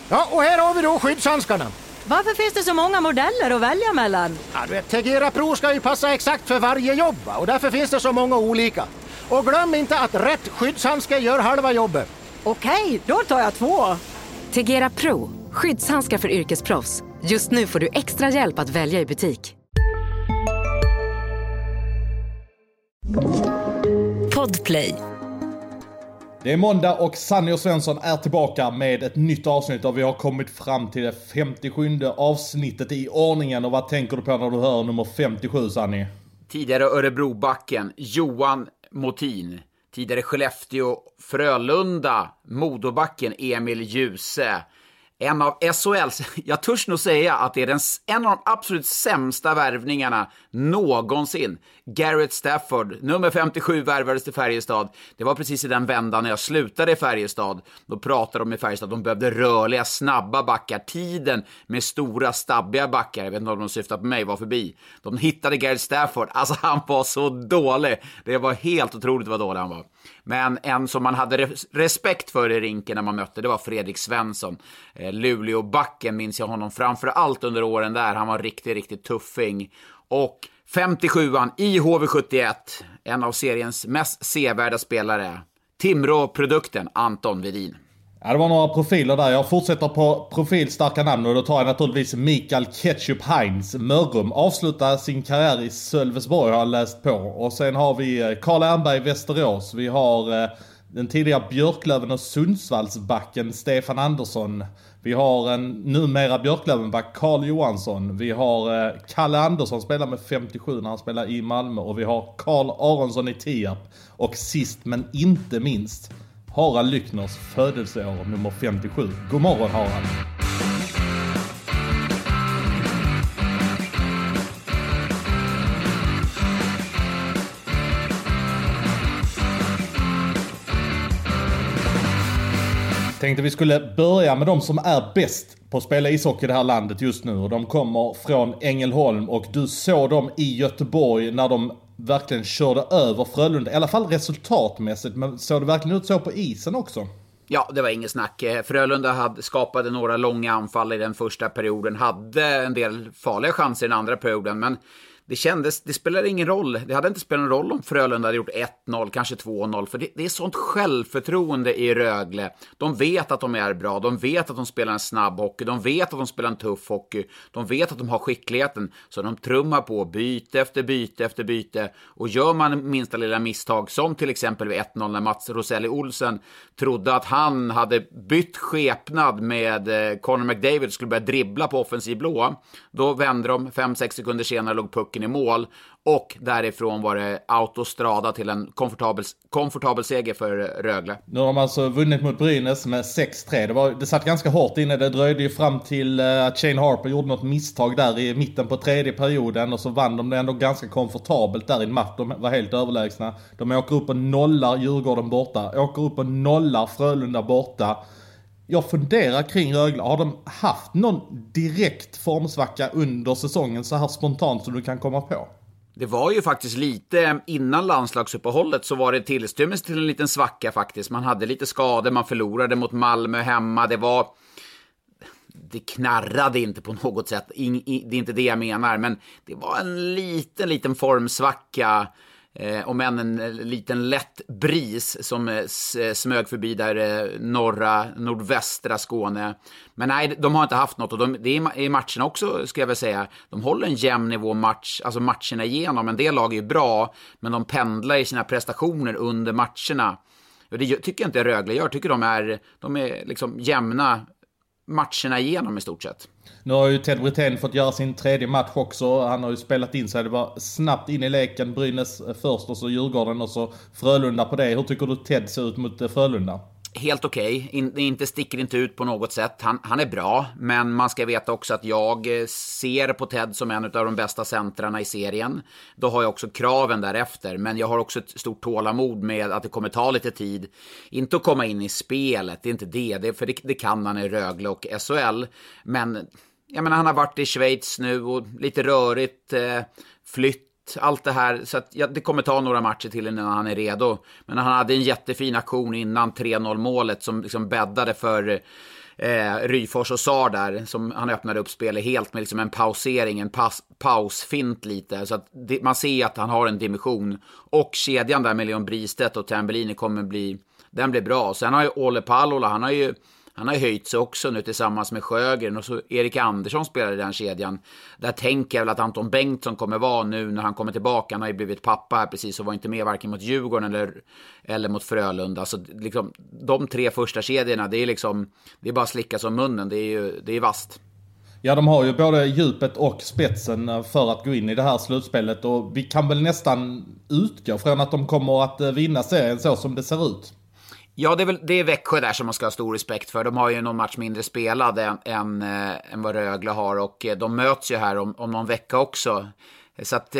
Ja, och här har vi då skyddshandskarna. Varför finns det så många modeller att välja mellan? Ja, du vet, Tegera Pro ska ju passa exakt för varje jobb, och därför finns det så många olika. Och glöm inte att rätt skyddshandske gör halva jobbet. Okej, då tar jag 2. Tegera Pro, skyddshandskar för yrkesproffs. Just nu får du extra hjälp att välja i butik. Podplay. Det är måndag och Sanny och Svensson är tillbaka med ett nytt avsnitt och vi har kommit fram till det 57:e avsnittet i ordningen. Och vad tänker du på när du hör nummer 57, Sanny? Tidigare Örebrobacken, Johan Motin. Tidigare Skellefteå, Frölunda, Modobacken, Emil Djuse. En av SHLs, jag törs nog säga att det är en av de absolut sämsta värvningarna någonsin. Garrett Stafford, nummer 57, värvades till Färjestad. Det var precis i den vändan när jag slutade i Färjestad. Då pratade de i Färjestad att de behövde rörliga, snabba backar. Tiden med stora, stabbiga backar, jag vet inte om de syftar på mig, var förbi. De hittade Garrett Stafford, alltså han var så dålig. Det var helt otroligt vad dålig han var. Men en som man hade respekt för i rinken när man mötte, det var Fredrik Svensson. Luleå-backen minns jag honom framför allt under åren där. Han var riktigt tuffing. Och 57an i HV71, en av seriens mest sevärda spelare. Timrå-produkten, Anton Wedin. Ja, det var några profiler där. Jag fortsätter på profilstarka namn och då tar jag naturligtvis Mikael Ketchup Heinz. Mörrum avslutar sin karriär i Sölvesborg, har jag läst på. Och sen har vi Karl Ernberg, Västerås. Vi har den tidigare Björklöven och Sundsvallsbacken Stefan Andersson. Vi har en numera Björklövenback Carl Johansson. Vi har Kalle Andersson, spelar med 57 när han spelar i Malmö. Och vi har Karl Aronsson i Tierp. Och sist men inte minst Harald Lyckners födelseår nummer 57. God morgon, Harald. Tänkte vi skulle börja med de som är bäst på att spela ishockey i det här landet just nu. Och de kommer från Ängelholm och du såg dem i Göteborg när de verkligen körde över Frölunda. I alla fall resultatmässigt, men såg det verkligen ut så på isen också? Ja, det var inget snack. Frölunda skapade några långa anfall i den första perioden. Hade en del farliga chanser i den andra perioden, men det spelade ingen roll. Det hade inte spelat någon roll om Frölunda hade gjort 1-0, kanske 2-0. För det är sånt självförtroende i Rögle. De vet att de är bra. De vet att de spelar en snabb hockey. De vet att de spelar en tuff hockey. De vet att de har skickligheten. Så de trummar på byte efter byte efter byte. Och gör man minsta lilla misstag, som till exempel vid 1-0 när Mats Roselli Olsen trodde att han hade bytt skepnad med Connor McDavid skulle börja dribbla på offensiv blå. Då vände de 5-6 sekunder senare, låg pucken i mål och därifrån var det autostrada till en komfortabel seger för Rögle. Nu har de alltså vunnit mot Brynäs med 6-3. Det satt ganska hårt inne. Det dröjde ju fram till att Shane Harper gjorde något misstag där i mitten på tredje perioden och så vann de det ändå ganska komfortabelt där i match. De var helt överlägsna. De åker upp och nollar Djurgården borta. Åker upp och nollar Frölunda borta. Jag funderar kring Rögle. Har de haft någon direkt formsvacka under säsongen så här spontant som du kan komma på? Det var ju faktiskt lite innan landslagsuppehållet så var det tillstymmelse till en liten svacka faktiskt. Man hade lite skador, man förlorade mot Malmö hemma. Det knarrade inte på något sätt. Det är inte det jag menar, men det var en liten formsvacka. Om en liten lätt bris som smög förbi där nordvästra Skåne. Men nej, de har inte haft något och det är i matcherna också, ska jag väl säga. De håller en jämn nivå alltså matcherna igenom. En del lag är ju bra, men de pendlar i sina prestationer under matcherna. Och det tycker jag inte Rögle gör. Jag tycker de är liksom jämna matcherna igenom i stort sett. Nu har ju Ted Brithén fått göra sin tredje match också. Han har ju spelat in sig. Det var snabbt in i leken. Brynäs först och så Djurgården och så Frölunda på det. Hur tycker du Ted ser ut mot Frölunda? Helt okej. Inte sticker inte ut på något sätt. Han är bra, men man ska veta också att jag ser på Ted som en av de bästa centrarna i serien. Då har jag också kraven därefter, men jag har också ett stort tålamod med att det kommer ta lite tid. Inte att komma in i spelet, det är inte det. För det kan han i Rögle och SHL. Men jag menar, han har varit i Schweiz nu och lite rörigt, flytt. Allt det här, så att det kommer ta några matcher till innan han är redo. Men han hade en jättefin aktion innan 3-0 målet som liksom bäddade för Ryfors och Sar där, som han öppnade upp spelet helt med liksom en pausering, en pausfint lite, så att man ser att han har en dimension, och kedjan där med Leon Bristedt och Tambellini den blir bra. Sen har ju Ole Pallola, han har ju höjt sig också nu tillsammans med Sjögren, och så Erik Andersson spelar i den kedjan. Där tänker jag väl att Anton Bengtsson kommer vara nu när han kommer tillbaka. Han har ju blivit pappa här precis och var inte med varken mot Djurgården eller mot Frölunda. Så liksom, de 3 första kedjorna, det är bara slicka som munnen. Det är vast. Ja, de har ju både djupet och spetsen för att gå in i det här slutspelet, och vi kan väl nästan utgå från att de kommer att vinna serien så som det ser ut. Ja, det är Växjö där som man ska ha stor respekt för. De har ju någon match mindre spelad än vad Rögle har, och de möts ju här om någon vecka också. Så att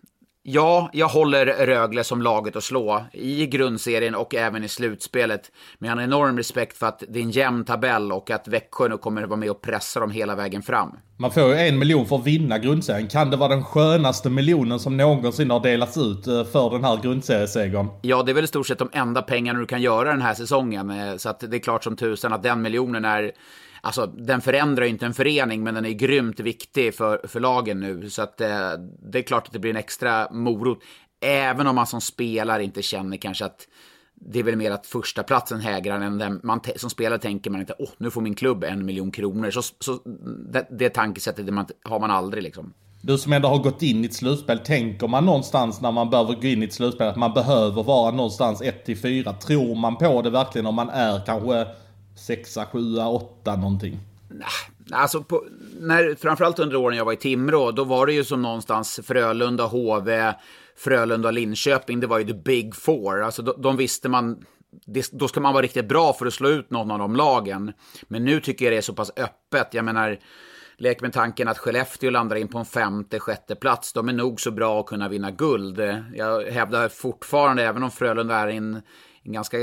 ja, jag håller Rögle som laget att slå i grundserien och även i slutspelet. Men jag har en enorm respekt för att det är en jämn tabell och att Växjö nu kommer att vara med och pressa dem hela vägen fram. Man får ju 1 miljon för att vinna grundserien. Kan det vara den skönaste miljonen som någonsin har delats ut för den här grundseriesegern? Ja, det är väl i stort sett de enda pengarna du kan göra den här säsongen. Så att det är klart som tusen att den miljonen är... Alltså, den förändrar ju inte en förening, men den är grymt viktig för lagen nu. Så att det är klart att det blir en extra morot. Även om man som spelare inte känner kanske att det är väl mer att första platsen hägrar än den som spelare tänker man inte, nu får min klubb 1 miljon kronor. Så det tankesättet har man aldrig liksom. Du som ändå har gått in i ett slutspel, tänker man någonstans när man behöver gå in i ett slutspel att man behöver vara någonstans 1-4? Tror man på det verkligen om man är kanske 6, 7, 8 någonting? Alltså framförallt under åren jag var i Timrå, då var det ju som någonstans Frölunda, HV, Frölunda och Linköping, det var ju the big four. Alltså de visste man, då ska man vara riktigt bra för att slå ut någon av de lagen. Men nu tycker jag det är så pass öppet. Jag menar, lek med tanken att Skellefteå landar in på en 5:e, 6:e plats. De är nog så bra att kunna vinna guld. Jag hävdar fortfarande, även om Frölunda är en ganska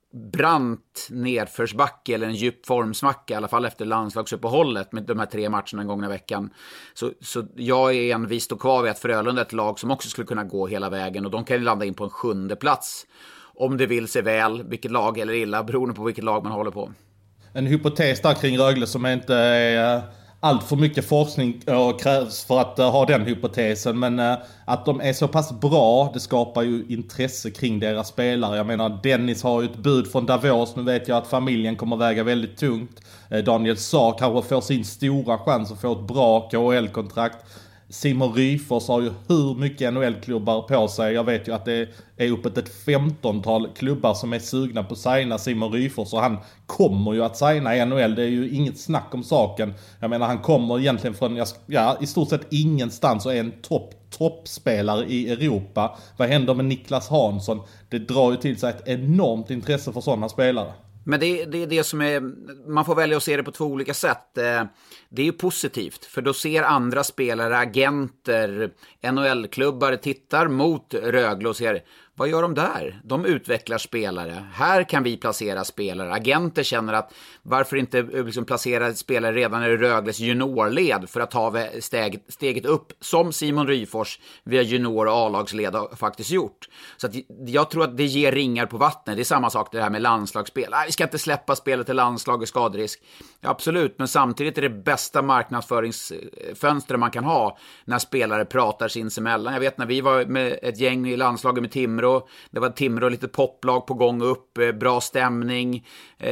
brant nedförsbacke eller en djup formsmacka, i alla fall efter landslagsuppehållet med de här 3 matcherna den gångna veckan, så jag är envist och kvar vid att Frölunda är ett lag som också skulle kunna gå hela vägen, och de kan landa in på en 7:e plats om det vill sig väl, vilket lag eller illa, beroende på vilket lag man håller på. En hypotes där kring Rögle som inte är allt för mycket forskning krävs för att ha den hypotesen, men att de är så pass bra, det skapar ju intresse kring deras spelare. Jag menar, Dennis har ju ett bud från Davos, nu vet jag att familjen kommer väga väldigt tungt. Daniel Saar kanske får sin stora chans att få ett bra KHL-kontrakt. Simon Ryfors har ju hur mycket NHL-klubbar på sig. Jag vet ju att det är uppåt ett 15-tal klubbar som är sugna på att signa Simon Ryfors, och han kommer ju att signa i NHL. Det är ju inget snack om saken. Jag menar, han kommer egentligen från i stort sett ingenstans och är en toppspelare i Europa. Vad händer med Niklas Hansson? Det drar ju till sig ett enormt intresse för sådana spelare. Men det är det som är, man får välja att se det på 2 olika sätt. Det är ju positivt, för då ser andra spelare, agenter, NHL-klubbar tittar mot Rögle och ser, vad gör de där? De utvecklar spelare. Här kan vi placera spelare. Agenter känner att varför inte liksom placera spelare redan i Rögles juniorled för att ta steget upp, som Simon Ryfors via junior- och A-lagsled har faktiskt gjort. Så att jag tror att det ger ringar på vattnet. Det är samma sak det här med landslagsspel. Vi ska inte släppa spelet till landslag och skaderisk. Ja, absolut, men samtidigt är det bästa marknadsföringsfönster man kan ha när spelare pratar sinsemellan. Jag vet när vi var med ett gäng i landslaget med Timrå, det var Timrå lite poplag på gång upp, bra stämning,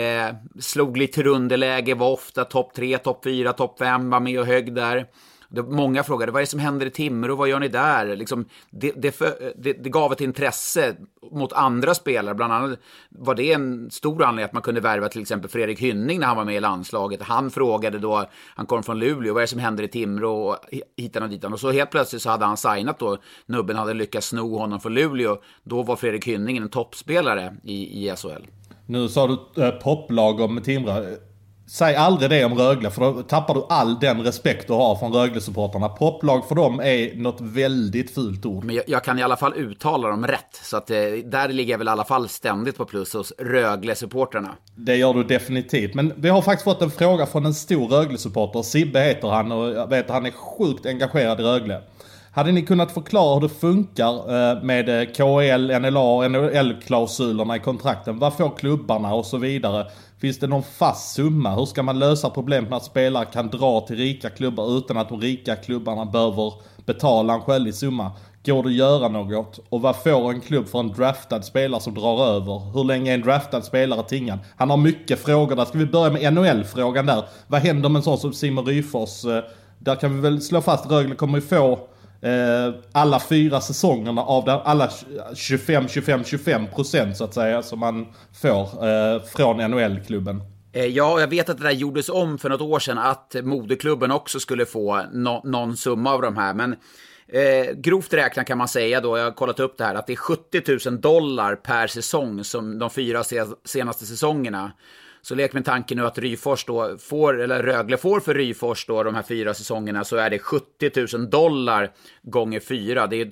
slog lite underläge, var ofta topp 3, topp 4, topp 5, var med och högg där. Många frågade, vad är det som händer i Timrå, vad gör ni där? Liksom, det gav ett intresse mot andra spelare. Bland annat var det en stor anledning att man kunde värva till exempel Fredrik Hynning när han var med i landslaget. Han frågade då, han kom från Luleå, vad är det som händer i Timrå och hitan och ditan. Och så helt plötsligt så hade han signat då, nubben hade lyckats sno honom från Luleå. Då var Fredrik Hynning en toppspelare i SHL. Nu sa du poplag om Timrå. Säg aldrig det om Rögle, för då tappar du all den respekt du har från Rögle-supporterna. Poplag för dem är något väldigt fult ord. Men jag kan i alla fall uttala dem rätt, så att där ligger jag väl i alla fall ständigt på plus hos Rögle-supporterna. Det gör du definitivt. Men vi har faktiskt fått en fråga från en stor Rögle-supporter. Sibbe heter han, och jag vet att han är sjukt engagerad i Rögle. Hade ni kunnat förklara hur det funkar med KL, NLA, NHL-klausulerna i kontrakten? Vad får klubbarna och så vidare? Finns det någon fast summa? Hur ska man lösa problemet med att spelare kan dra till rika klubbar utan att de rika klubbarna behöver betala en skälig summa? Går det att göra något? Och vad får en klubb för en draftad spelare som drar över? Hur länge är en draftad spelare tingad? Han har mycket frågor där. Ska vi börja med NHL-frågan där? Vad händer med en sån som Simon Ryfors? Där kan vi väl slå fast, Rögle kommer ju få alla 4 säsongerna av alla 25% så att säga som man får från NHL-klubben. Ja, jag vet att det där gjordes om för något år sedan att moderklubben också skulle få någon summa av de här, men grovt räknat kan man säga då, jag har kollat upp det här, att det är $70,000 per säsong som de 4 senaste säsongerna. Så lek med tanken nu att Ryfors då får, eller Rögle får för Ryfors då de här 4 säsongerna, så är det $70,000 gånger 4, det är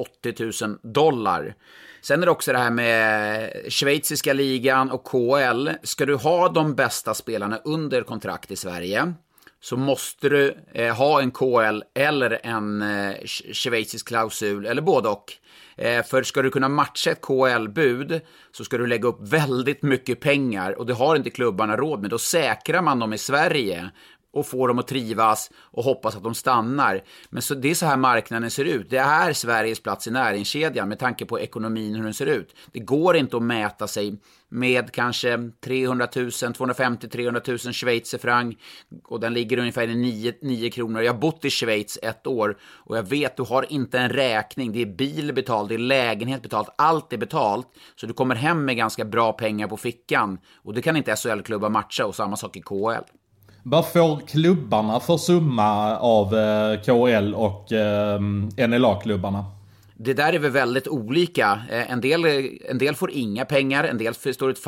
$280,000. Sen är det också det här med schweiziska ligan och KL. Ska du ha de bästa spelarna under kontrakt i Sverige, så måste du ha en KL eller en schweizisk klausul, eller både och. För ska du kunna matcha ett KL-bud så ska du lägga upp väldigt mycket pengar, och det har inte klubbarna råd med. Då säkrar man dem i Sverige och får dem att trivas och hoppas att de stannar. Men så, det är så här marknaden ser ut. Det är Sveriges plats i näringskedjan med tanke på ekonomin, hur den ser ut. Det går inte att mäta sig med kanske 250-300 000 schweizerfranc, och den ligger ungefär i 9 kronor. Jag har bott i Schweiz 1 år och jag vet, du har inte en räkning. Det är bil betalt, det är lägenhet betalt, allt är betalt. Så du kommer hem med ganska bra pengar på fickan, och det kan inte SHL-klubbar matcha, och samma sak i KL. Vad får klubbarna för summa av KL och NLA-klubbarna? Det där är väl väldigt olika. En del får inga pengar, en del står ett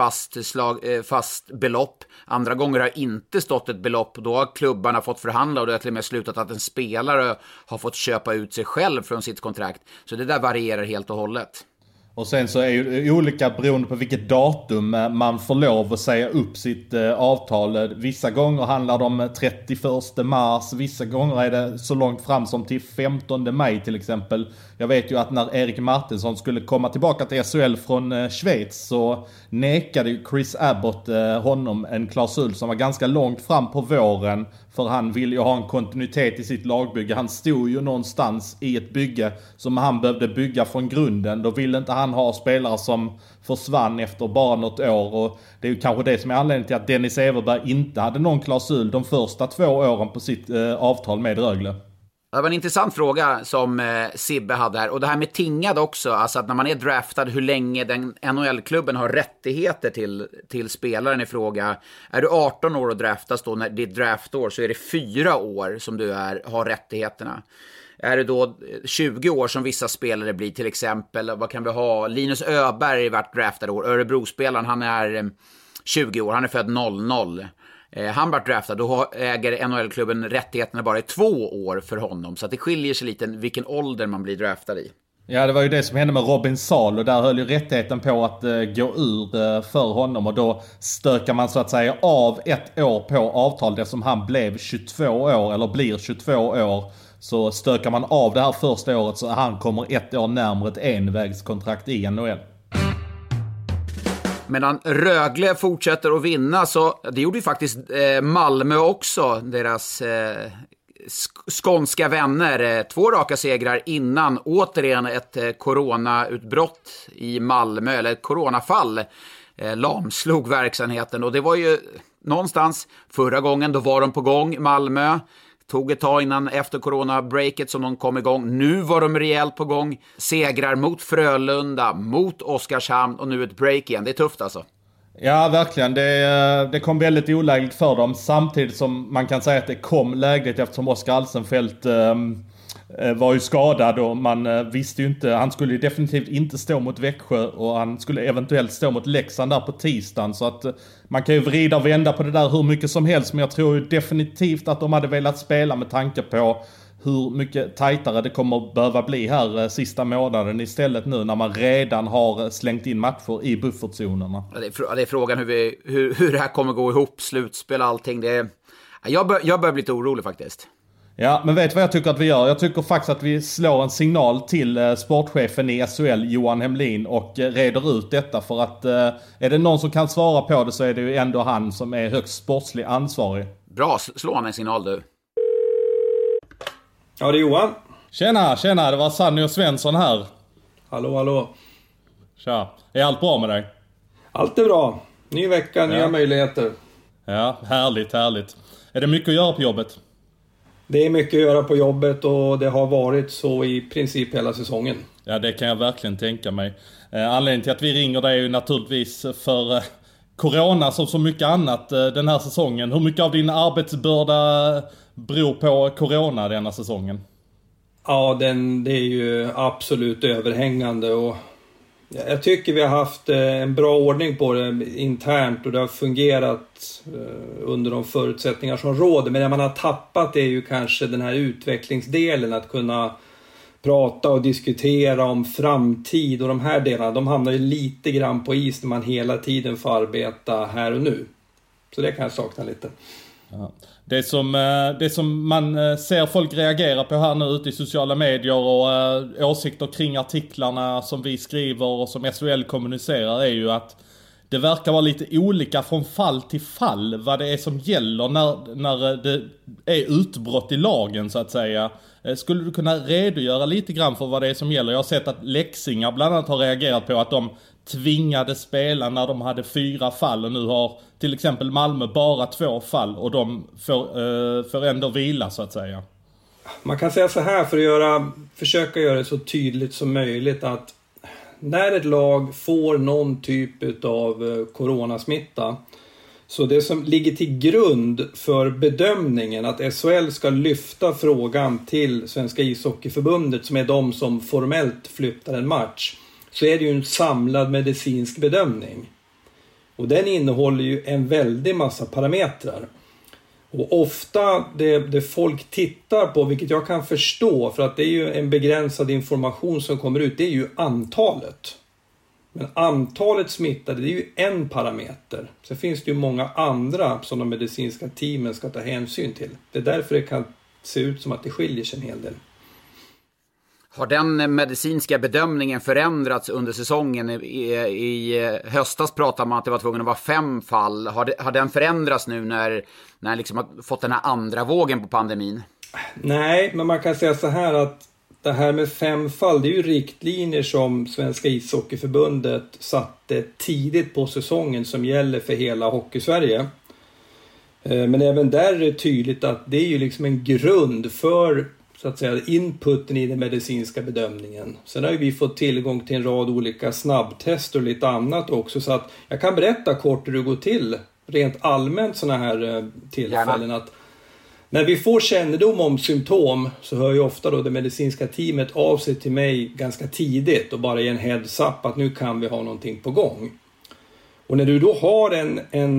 fast belopp. Andra gånger har inte stått ett belopp. Då har klubbarna fått förhandla, och det har till och med slutat att en spelare har fått köpa ut sig själv från sitt kontrakt. Så det där varierar helt och hållet. Och sen så är ju olika beroende på vilket datum man får lov att säga upp sitt avtal. Vissa gånger handlar det om 31 mars, vissa gånger är det så långt fram som till 15 maj till exempel. Jag vet ju att när Erik Martinsson skulle komma tillbaka till SHL från Schweiz, så nekade ju Chris Abbott honom en klausul som var ganska långt fram på våren, för han ville ju ha en kontinuitet i sitt lagbygge. Han stod ju någonstans i ett bygge som han behövde bygga från grunden. Då ville inte han ha spelare som försvann efter bara något år, och det är ju kanske det som är anledningen till att Dennis Everberg inte hade någon klausul de första 2 åren på sitt avtal med Rögle. Det var en intressant fråga som Sibbe hade här. Och det här med tingad också, alltså att när man är draftad, hur länge den NHL-klubben har rättigheter till spelaren i fråga. Är du 18 år och draftas då, när det är draftår, så är det 4 år som du har rättigheterna. Är det då 20 år som vissa spelare blir, till exempel, vad kan vi ha? Linus Öberg har varit draftad år. Örebro-spelaren, han är 20 år, han är född 00. Han var draftad, då äger NHL-klubben rättigheterna bara i 2 år för honom. Så att det skiljer sig lite vilken ålder man blir draftad i. Ja, det var ju det som hände med Robin Salo. Där höll ju rättigheten på att gå ur för honom. Och då stökar man så att säga av 1 år på avtal. Det som han blev 22 år, eller blir 22 år. Så stökar man av det här första året, så han kommer 1 år närmare ett envägskontrakt i NHL. Medan Rögle fortsätter att vinna, så det gjorde ju faktiskt Malmö också, deras skånska vänner. 2 raka segrar innan återigen ett coronautbrott i Malmö, eller ett coronafall lamslog verksamheten. Och det var ju någonstans förra gången, då var de på gång, Malmö. Tog ett tag innan efter corona-breaket som de kom igång. Nu var de rejält på gång. Segrar mot Frölunda, mot Oskarshamn, och nu ett break igen. Det är tufft alltså. Ja, verkligen. Det kom väldigt olägligt för dem. Samtidigt som man kan säga att det kom lägligt, eftersom Oskar Alsenfelt var ju skadad, och man visste ju inte. Han skulle ju definitivt inte stå mot Växjö, och han skulle eventuellt stå mot Leksand där på tisdagen. Så att man kan ju vrida och vända på det där hur mycket som helst, men jag tror ju definitivt att de hade velat spela med tanke på hur mycket tajtare det kommer behöva bli här sista månaden, istället nu när man redan har slängt in matcher i buffertzonerna. Det är frågan hur det här kommer gå ihop, slutspel och allting. Jag börjar bli lite orolig faktiskt. Ja, men vet du vad jag tycker att vi gör? Jag tycker faktiskt att vi slår en signal till sportchefen i SHL, Johan Hemlin, och reder ut detta. För att är det någon som kan svara på det så är det ju ändå han som är högst sportslig ansvarig. Bra, slå han en signal du. Ja, det är Johan. Tjena, det var Sanny och Svensson här. Hallå. Tja, är allt bra med dig? Allt är bra. Ny vecka, nya möjligheter. Ja, härligt. Är det mycket att göra på jobbet? Det är mycket att göra på jobbet och det har varit så i princip hela säsongen. Ja, det kan jag verkligen tänka mig. Anledningen till att vi ringer dig är ju naturligtvis för corona som så mycket annat den här säsongen. Hur mycket av din arbetsbörda beror på corona denna säsongen? Ja, det är ju absolut överhängande och jag tycker vi har haft en bra ordning på det internt och det har fungerat under de förutsättningar som råder. Men det man har tappat är ju kanske den här utvecklingsdelen, att kunna prata och diskutera om framtid och de här delarna. De hamnar ju lite grann på is när man hela tiden får arbeta här och nu. Så det kan jag sakna lite. Ja. Det som man ser folk reagera på här nu ute i sociala medier och åsikter kring artiklarna som vi skriver och som SHL kommunicerar är ju att det verkar vara lite olika från fall till fall vad det är som gäller när det är utbrott i lagen så att säga. Skulle du kunna redogöra lite grann för vad det är som gäller? Jag har sett att Leksingar bland annat har reagerat på att de tvingade spela när de hade 4 fall och nu har till exempel Malmö bara 2 fall och de får ändå vila så att säga. Man kan säga så här för att försöka göra det så tydligt som möjligt att när ett lag får någon typ av coronasmitta, så det som ligger till grund för bedömningen att SHL ska lyfta frågan till Svenska ishockeyförbundet, som är de som formellt flyttar en match, så är det ju en samlad medicinsk bedömning. Och den innehåller ju en väldig massa parametrar. Och ofta det folk tittar på, vilket jag kan förstå, för att det är ju en begränsad information som kommer ut, det är ju antalet. Men antalet smittade, det är ju en parameter. Sen finns det ju många andra som de medicinska teamen ska ta hänsyn till. Det är därför det kan se ut som att det skiljer sig en hel del. Har den medicinska bedömningen förändrats under säsongen? I höstas pratade man att det var tvungen att vara 5 fall. Har den förändrats nu när liksom har fått den här andra vågen på pandemin? Nej, men man kan säga så här att det här med 5 fall, det är ju riktlinjer som Svenska ishockeyförbundet satte tidigt på säsongen som gäller för hela Hockeysverige. Men även där är det tydligt att det är ju liksom en grund för så att säga inputen i den medicinska bedömningen. Sen har ju vi fått tillgång till en rad olika snabbtester och lite annat också, så att jag kan berätta kort hur det går till rent allmänt såna här tillfällen. Att när vi får kännedom om symptom så hör ju ofta då det medicinska teamet av sig till mig ganska tidigt och bara ger en heads up att nu kan vi ha någonting på gång. Och när du då har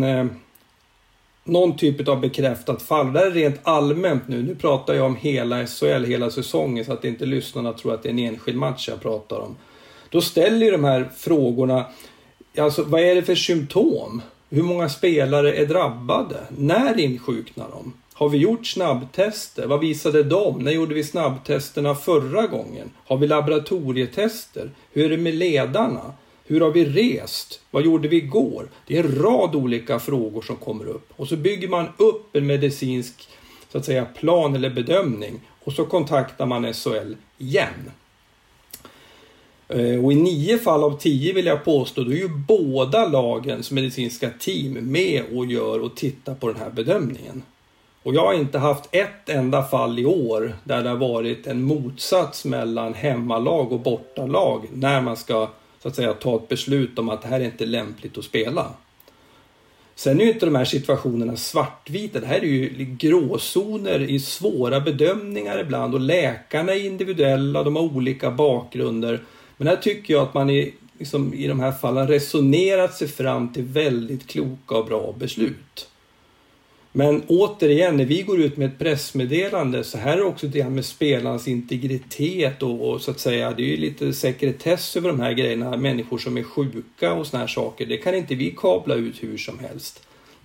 någon typ av bekräftat fall, där är rent allmänt nu pratar jag om hela SHL, hela säsongen, så att inte lyssnarna tror att det är en enskild match jag pratar om. Då ställer ju de här frågorna, alltså vad är det för symptom? Hur många spelare är drabbade? När insjuknar de? Har vi gjort snabbtester? Vad visade de? När gjorde vi snabbtesterna förra gången? Har vi laboratorietester? Hur är det med ledarna? Hur har vi rest? Vad gjorde vi igår? Det är en rad olika frågor som kommer upp. Och så bygger man upp en medicinsk så att säga, plan eller bedömning. Och så kontaktar man SHL igen. Och i 9 fall av 10 vill jag påstå, då är ju båda lagens medicinska team med och gör och tittar på den här bedömningen. Och jag har inte haft ett enda fall i år där det har varit en motsats mellan hemmalag och bortalag när man ska så att säga ta ett beslut om att det här är inte lämpligt att spela. Sen är ju inte de här situationerna svartvita. Det här är ju gråzoner i svåra bedömningar ibland och läkarna är individuella, de har olika bakgrunder. Men här tycker jag att man i de här fallen resonerat sig fram till väldigt kloka och bra beslut. Men återigen, när vi går ut med ett pressmeddelande, så här är också det med spelarens integritet och så att säga, det är ju lite sekretess över de här grejerna, människor som är sjuka och såna här saker, det kan inte vi kabla ut hur som helst.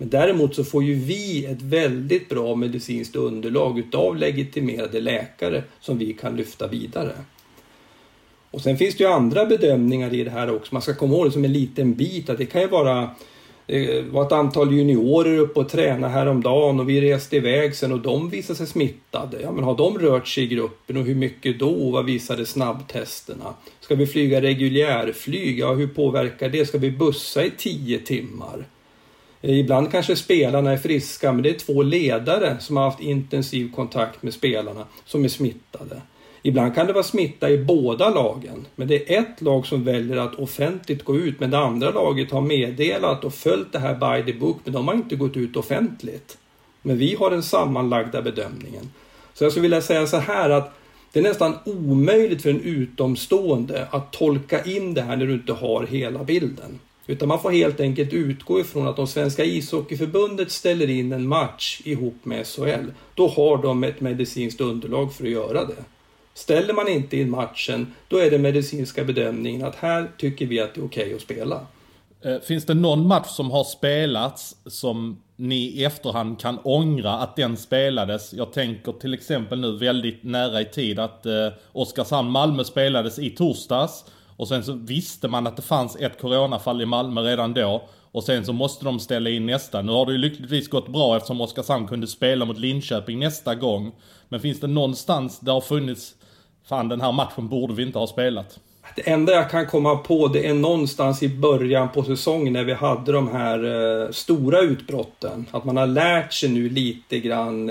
Men däremot så får ju vi ett väldigt bra medicinskt underlag utav legitimerade läkare som vi kan lyfta vidare. Och sen finns det ju andra bedömningar i det här också. Man ska komma ihåg det som en liten bit, att det kan ju vara ett antal juniorer upp och träna häromdagen och vi reste iväg sen och de visade sig smittade. Ja, men har de rört sig i gruppen och hur mycket då? Vad visade snabbtesterna? Ska vi flyga reguljärflyg? Ja, hur påverkar det? Ska vi bussa i 10 timmar? Ibland kanske spelarna är friska, men det är 2 ledare som har haft intensiv kontakt med spelarna som är smittade. Ibland kan det vara smitta i båda lagen, men det är ett lag som väljer att offentligt gå ut, men det andra laget har meddelat och följt det här by the book, men de har inte gått ut offentligt. Men vi har den sammanlagda bedömningen. Så jag skulle vilja säga så här att det är nästan omöjligt för en utomstående att tolka in det här när du inte har hela bilden. Utan man får helt enkelt utgå ifrån att om Svenska ishockeyförbundet ställer in en match ihop med SHL, då har de ett medicinskt underlag för att göra det. Ställer man inte in matchen, då är det medicinska bedömningen att här tycker vi att det är okej att spela. Finns det någon match som har spelats som ni i efterhand kan ångra att den spelades? Jag tänker till exempel nu väldigt nära i tid att Oskarshamn-Malmö spelades i torsdags. Och sen så visste man att det fanns ett coronafall i Malmö redan då. Och sen så måste de ställa in nästa. Nu har det ju lyckligtvis gått bra eftersom Oskarshamn kunde spela mot Linköping nästa gång. Men finns det någonstans där har funnits, fan den här matchen borde vi inte ha spelat? Det enda jag kan komma på, det är någonstans i början på säsongen när vi hade de här stora utbrotten. Att man har lärt sig nu lite grann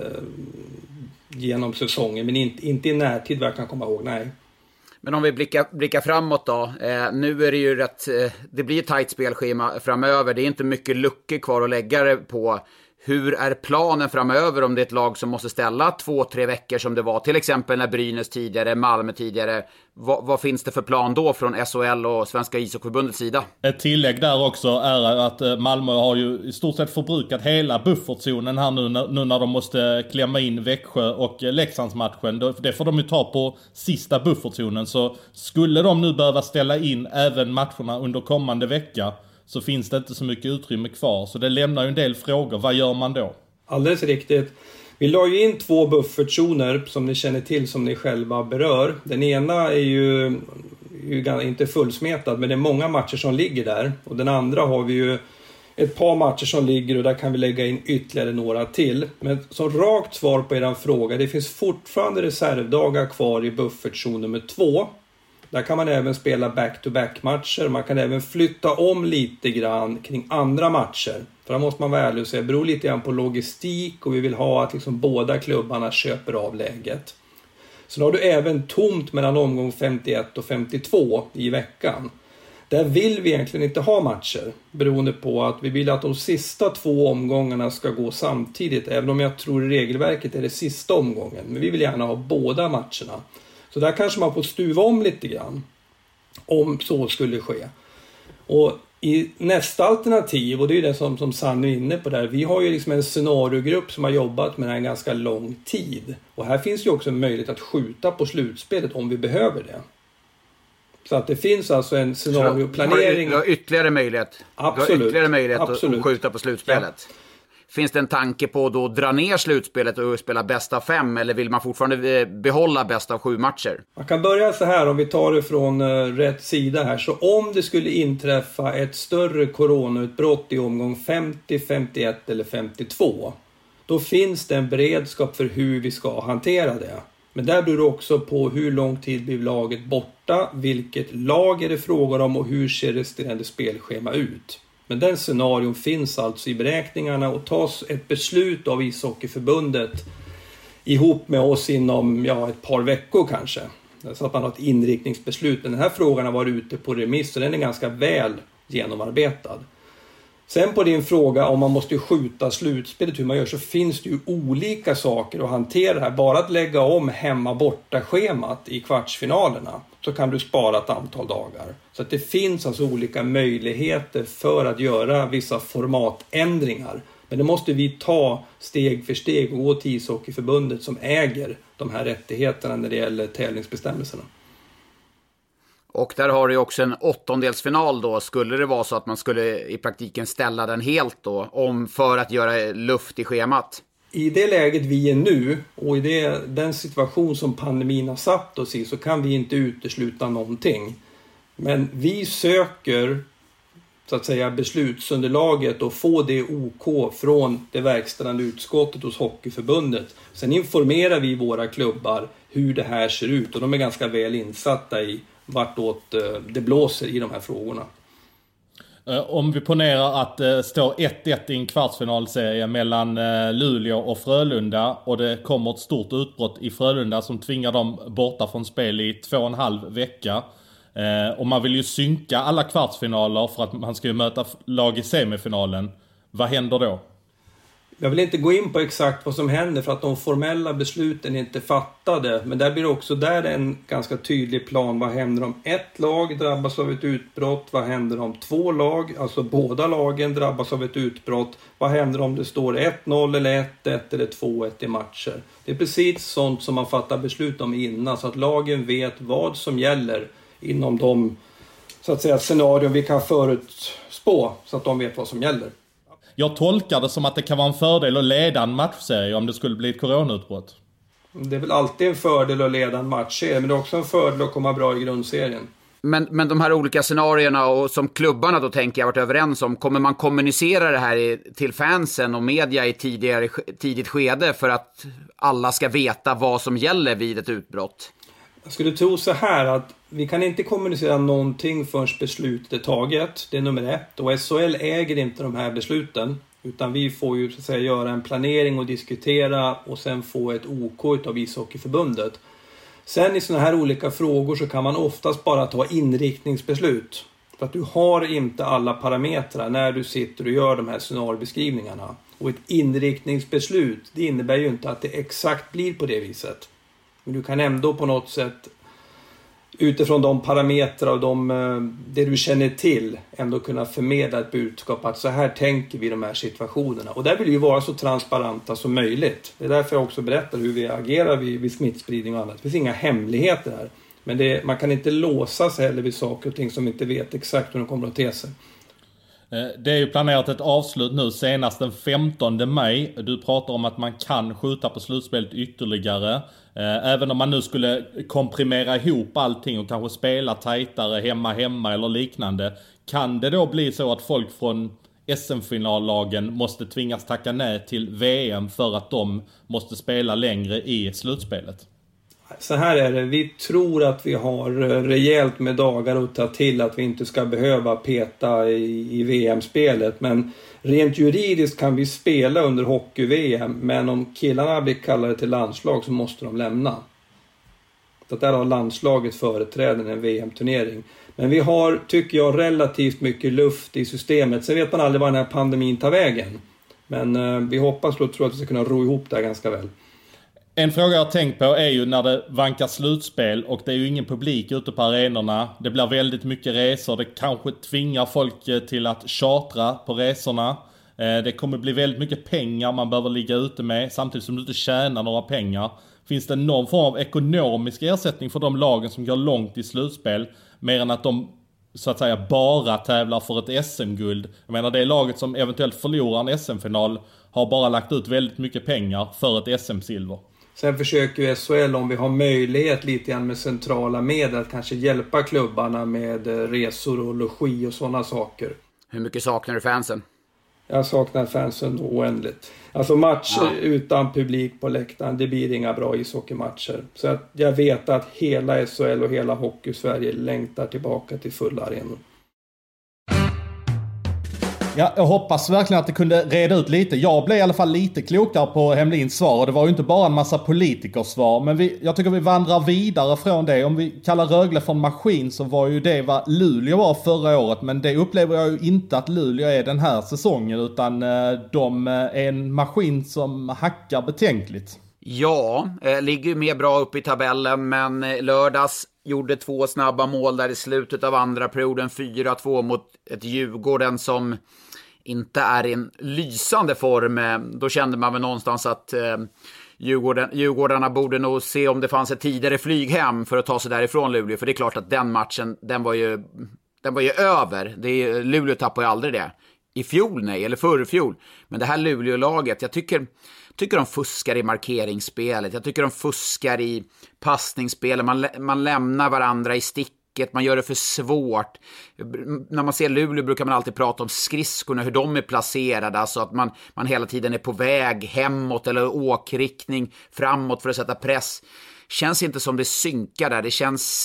genom säsongen, men inte i närtid vad jag kan komma ihåg, nej. Men om vi blickar framåt då. Nu är det ju det blir ett tajt spelschema framöver. Det är inte mycket luckor kvar att lägga det på. Hur är planen framöver om det är ett lag som måste ställa 2-3 veckor som det var till exempel när Brynäs tidigare, Malmö tidigare. Vad finns det för plan då från SHL och Svenska ishockeyförbundets sida? Ett tillägg där också är att Malmö har ju i stort sett förbrukat hela buffertzonen här nu när de måste klämma in Växjö och Leksandsmatchen. Det får de ju ta på sista buffertzonen. Så skulle de nu behöva ställa in även matcherna under kommande vecka, så finns det inte så mycket utrymme kvar. Så det lämnar ju en del frågor. Vad gör man då? Alldeles riktigt. Vi la ju in 2 buffertzoner som ni känner till, som ni själva berör. Den ena är ju inte fullsmetad, men det är många matcher som ligger där. Och den andra har vi ju ett par matcher som ligger och där kan vi lägga in ytterligare några till. Men som rakt svar på er fråga, det finns fortfarande reservdagar kvar i buffertzon nummer 2. Där kan man även spela back-to-back-matcher. Man kan även flytta om lite grann kring andra matcher. För då måste man vara ärlig och säga, det beror lite grann på logistik och vi vill ha att liksom båda klubbarna köper av läget. Så då har du även tomt mellan omgång 51 och 52 i veckan. Där vill vi egentligen inte ha matcher, beroende på att vi vill att de sista 2 omgångarna ska gå samtidigt. Även om jag tror i regelverket är det sista omgången. Men vi vill gärna ha båda matcherna. Så där kanske man får stuva om lite grann, om så skulle ske. Och i nästa alternativ, och det är det som Sanny är inne på där, vi har ju liksom en scenariogrupp som har jobbat med det här en ganska lång tid. Och här finns ju också en möjlighet att skjuta på slutspelet om vi behöver det. Så att det finns alltså en scenarioplanering. Du har ytterligare möjlighet. Absolut. Du har ytterligare möjlighet Absolut. att skjuta på slutspelet. Ja. Finns det en tanke på att då dra ner slutspelet och spela bäst av 5? Eller vill man fortfarande behålla bäst av 7 matcher? Man kan börja så här, om vi tar det från rätt sida här. Så om det skulle inträffa ett större coronautbrott i omgång 50, 51 eller 52. Då finns det en beredskap för hur vi ska hantera det. Men där beror det också på hur lång tid blir laget borta, vilket lag är det frågar om och hur ser resterande spelschema ut. Men den scenarion finns alltså i beräkningarna och tas ett beslut av ishockeyförbundet ihop med oss inom ett par veckor kanske. Så att man har ett inriktningsbeslut. Men den här frågan har varit ute på remiss och den är ganska väl genomarbetad. Sen på din fråga om man måste skjuta slutspelet, hur man gör, så finns det ju olika saker att hantera här. Bara att lägga om hemma-borta-schemat i kvartsfinalerna så kan du spara ett antal dagar. Så att det finns alltså olika möjligheter för att göra vissa formatändringar. Men det måste vi ta steg för steg och gå till ishockeyförbundet som äger de här rättigheterna när det gäller tävlingsbestämmelserna. Och där har du också en 8-delsfinal då. Skulle det vara så att man skulle i praktiken ställa den helt då, för att göra luft i schemat? I det läget vi är nu och i den situation som pandemin har satt oss i, så kan vi inte utesluta någonting. Men vi söker så att säga beslutsunderlaget och få det OK från det verkställande utskottet hos Hockeyförbundet. Sen informerar vi våra klubbar hur det här ser ut, och de är ganska väl insatta i vartåt det blåser i de här frågorna. Om vi ponerar att det står 1-1 i en kvartsfinalserie mellan Luleå och Frölunda, och det kommer ett stort utbrott i Frölunda som tvingar dem borta från spel i 2,5 vecka. Och man vill ju synka alla kvartsfinaler för att man ska ju möta lag i semifinalen. Vad händer då? Jag vill inte gå in på exakt vad som händer, för att de formella besluten är inte fattade. Men där blir också en ganska tydlig plan. Vad händer om ett lag drabbas av ett utbrott? Vad händer om 2 lag, alltså båda lagen, drabbas av ett utbrott? Vad händer om det står 1-0 eller 1-1 eller 2-1 i matcher? Det är precis sånt som man fattar beslut om innan, så att lagen vet vad som gäller inom de, så att säga, scenarier vi kan förutspå, så att de vet vad som gäller. Jag tolkar det som att det kan vara en fördel att leda en matchserie om det skulle bli ett coronautbrott. Det är väl alltid en fördel att leda en matchserie, men det är också en fördel att komma bra i grundserien. Men de här olika scenarierna, och som klubbarna då tänker jag varit överens om, kommer man kommunicera det här till fansen och media i tidigt skede för att alla ska veta vad som gäller vid ett utbrott? Jag skulle tro så här att vi kan inte kommunicera någonting förrän beslutet är taget. Det är nummer 1. Och SHL äger inte de här besluten. Utan vi får ju så att säga göra en planering och diskutera och sen få ett OK av ishockeyförbundet. Sen i såna här olika frågor så kan man oftast bara ta inriktningsbeslut. För att du har inte alla parametrar när du sitter och gör de här scenariobeskrivningarna. Och ett inriktningsbeslut, det innebär ju inte att det exakt blir på det viset. Men du kan ändå på något sätt utifrån de parametrar och det du känner till ändå kunna förmedla ett budskap att så här tänker vi i de här situationerna. Och där vill vi vara så transparenta som möjligt. Det är därför jag också berättar hur vi agerar vid smittspridning och annat. Det finns inga hemligheter här. Men man kan inte låsa sig heller vid saker och ting som inte vet exakt hur de kommer att te sig. Det är ju planerat ett avslut nu senast den 15 maj. Du pratar om att man kan skjuta på slutspelet ytterligare. Även om man nu skulle komprimera ihop allting och kanske spela tajtare hemma eller liknande. Kan det då bli så att folk från SM-finallagen måste tvingas tacka nej till VM för att de måste spela längre i slutspelet? Så här är det, vi tror att vi har rejält med dagar att ta till att vi inte ska behöva peta i VM-spelet. Men rent juridiskt kan vi spela under hockey-VM, men om killarna blir kallade till landslag så måste de lämna. Så där har landslaget företräden en VM-turnering. Men vi har, tycker jag, relativt mycket luft i systemet. Sen vet man aldrig var den här pandemin tar vägen. Men vi hoppas och tror att vi ska kunna ro ihop det här ganska väl. En fråga jag har tänkt på är ju när det vankar slutspel och det är ju ingen publik ute på arenorna. Det blir väldigt mycket resor. Det kanske tvingar folk till att chartra på resorna. Det kommer bli väldigt mycket pengar man behöver ligga ute med samtidigt som du inte tjänar några pengar. Finns det någon form av ekonomisk ersättning för de lagen som går långt i slutspel mer än att de så att säga bara tävlar för ett SM-guld? Jag menar det laget som eventuellt förlorar en SM-final har bara lagt ut väldigt mycket pengar för ett SM-silver. Sen försöker ju SHL, om vi har möjlighet lite grann med centrala medel, att kanske hjälpa klubbarna med resor och logi och sådana saker. Hur mycket saknar du fansen? Jag saknar fansen oändligt. Alltså matcher utan publik på läktaren, det blir inga bra ishockeymatcher. Så att jag vet att hela SHL och hela Hockey-Sverige längtar tillbaka till fulla arenor. Ja, jag hoppas verkligen att det kunde reda ut lite. Jag blev i alla fall lite klokare på Hemlins svar. Och det var ju inte bara en massa politikers svar. Men jag tycker vi vandrar vidare från det. Om vi kallar Rögle för en maskin så var ju det vad Luleå var förra året. Men det upplever jag ju inte att Luleå är den här säsongen. Utan de är en maskin som hackar betänkligt. Ja, ligger ju mer bra upp i tabellen. Men lördags gjorde 2 snabba mål där i slutet av andra perioden. 4-2 mot ett Djurgården som inte är i en lysande form. Då kände man väl någonstans att Djurgårdarna borde nog se om det fanns ett tidigare flyg hem för att ta sig därifrån Luleå. För det är klart att den matchen, den var ju över. Luleå tappar ju aldrig det. I fjol, nej, eller förrfjol. Men det här Luleå-laget, jag tycker de fuskar i markeringsspelet. Jag tycker de fuskar i passningsspelet. Man lämnar varandra i sticket. Man gör det för svårt. När man ser Luleå brukar man alltid prata om skridskorna, hur de är placerade. Alltså att man hela tiden är på väg hemåt eller åkriktning framåt för att sätta press. Känns inte som det synkar där. Det känns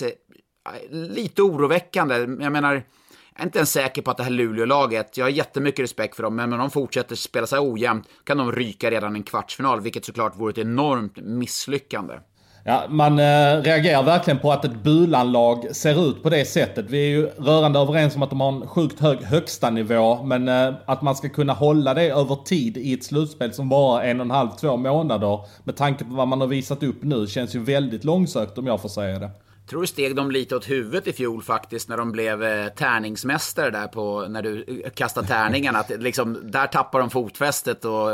lite oroväckande. Jag menar, jag är inte ens säker på att det här Luleå-laget, jag har jättemycket respekt för dem, men om de fortsätter spela sig ojämnt kan de ryka redan en kvartsfinal, vilket såklart vore ett enormt misslyckande. Ja, man reagerar verkligen på att ett Bulan-lag ser ut på det sättet. Vi är ju rörande överens om att de har en sjukt hög högsta nivå, men att man ska kunna hålla det över tid i ett slutspel som bara 1,5-2 månader med tanke på vad man har visat upp nu känns ju väldigt långsökt, om jag får säga det. Tror du steg de lite åt huvudet i fjol faktiskt när de blev tärningsmästare där på när du kastade tärningen, att liksom där tappar de fotfästet och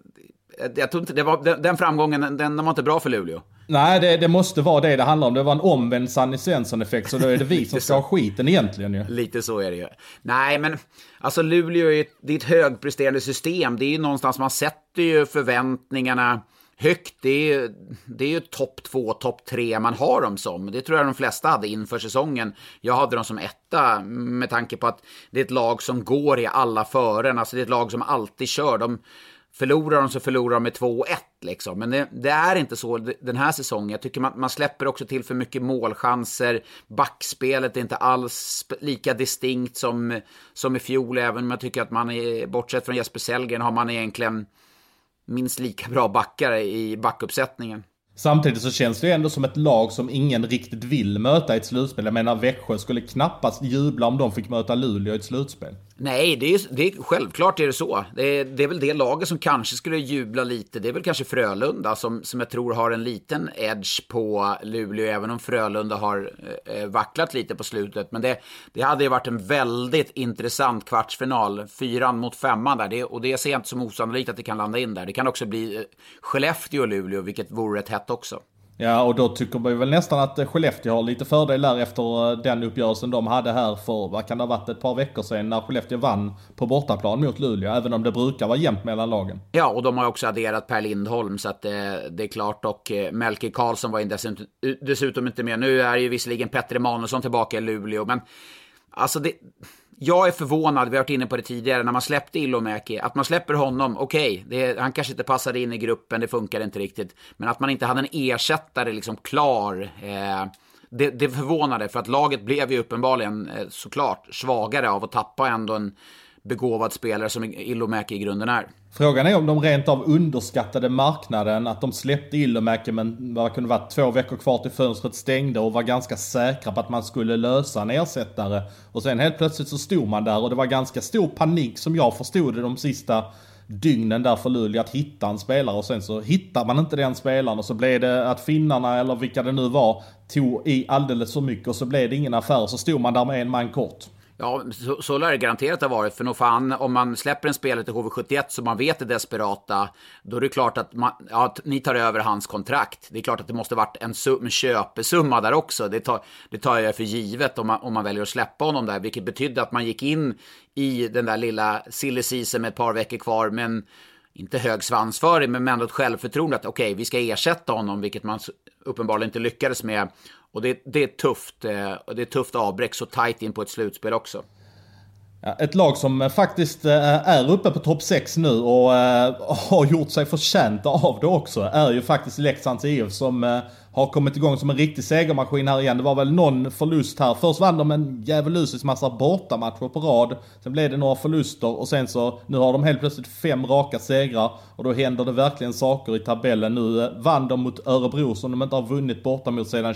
jag tror inte det var den framgången, den var inte bra för Luleå. Nej, det måste vara det handlar om. Det var en omvänd Sanny Svensson-effekt, så då är det vi som ska ha skiten egentligen ju. Lite så är det ju. Nej, men alltså Luleå det är ett högpresterande system. Det är ju någonstans, man sätter ju förväntningarna högt. Det är ju topp 2, topp 3 man har dem som. Det tror jag de flesta hade inför säsongen. Jag hade dem som etta med tanke på att det är ett lag som går i alla fören. Alltså det är ett lag som alltid kör. Förlorar de så förlorar de med 2-1 liksom. Men det är inte så den här säsongen. Jag tycker man släpper också till för mycket målchanser. Backspelet är inte alls lika distinkt som i fjol. Även om jag tycker att man är, bortsett från Jesper Sellgren, har man egentligen minst lika bra backar i backuppsättningen. Samtidigt så känns det ju ändå som ett lag som ingen riktigt vill möta i ett slutspel. Jag menar, Växjö skulle knappast jubla om de fick möta Luleå i ett slutspel. Nej, det är självklart är det så. Det är väl det laget som kanske skulle jubla lite. Det är väl kanske Frölunda som jag tror har en liten edge på Luleå, även om Frölunda har vacklat lite på slutet. Men det hade ju varit en väldigt intressant kvartsfinal. 4-5 där. Och det ser jag inte som osannolikt att det kan landa in där. Det kan också bli Skellefteå och Luleå, vilket vore ett hett också. Ja, och då tycker man väl nästan att Skellefteå har lite fördel där efter den uppgörelsen de hade här för, vad kan det ha varit, ett par veckor sedan när Skellefteå vann på bortaplan mot Luleå, även om det brukar vara jämnt mellan lagen. Ja, och de har också adderat Per Lindholm, så att det är klart, och Melker Karlsson var dessutom inte med. Nu är ju visserligen Petter Emanuelsson tillbaka i Luleå, men alltså jag är förvånad, vi har varit inne på det tidigare, när man släppte Ilomäki, att man släpper honom, okej, han kanske inte passade in i gruppen, det funkar inte riktigt, men att man inte hade en ersättare liksom klar, det förvånade, för att laget blev ju uppenbarligen såklart svagare av att tappa ändå en begåvad spelare som Ilomäki i grunden är. Frågan är om de rent av underskattade marknaden, att de släppte Ilomäki men det kunde vara 2 veckor kvar till fönstret stängde och var ganska säkra på att man skulle lösa en ersättare. Och sen helt plötsligt så stod man där och det var ganska stor panik som jag förstod det de sista dygnen där för Luleå att hitta en spelare, och sen så hittar man inte den spelaren och så blev det att finnarna eller vilka det nu var tog i alldeles för mycket och så blev det ingen affär, så stod man där med en man kort. Ja, så lär det garanterat ha varit. För nog fan, om man släpper en spelare till HV71 så man vet det desperata, då är det klart att ni tar över hans kontrakt. Det är klart att det måste varit en köpesumma där också. Det tar jag för givet om man väljer att släppa honom där. Vilket betydde att man gick in i den där lilla silly season med ett par veckor kvar, men inte hög svansföring, men ändå ett självförtroende att okej, vi ska ersätta honom, vilket man uppenbarligen inte lyckades med. Och det är tufft. Det är tufft avbräck så tajt in på ett slutspel också. Ja, ett lag som faktiskt är uppe på topp 6 nu och har gjort sig förtjänta av det också är ju faktiskt Leksands IF som har kommit igång som en riktig segermaskin här igen. Det var väl någon förlust här. Först vann de en djävulustisk massa bortamatcher på rad. Sen blev det några förluster och sen så nu har de helt plötsligt 5 raka segrar och då händer det verkligen saker i tabellen. Nu vann de mot Örebro som de inte har vunnit borta mot sedan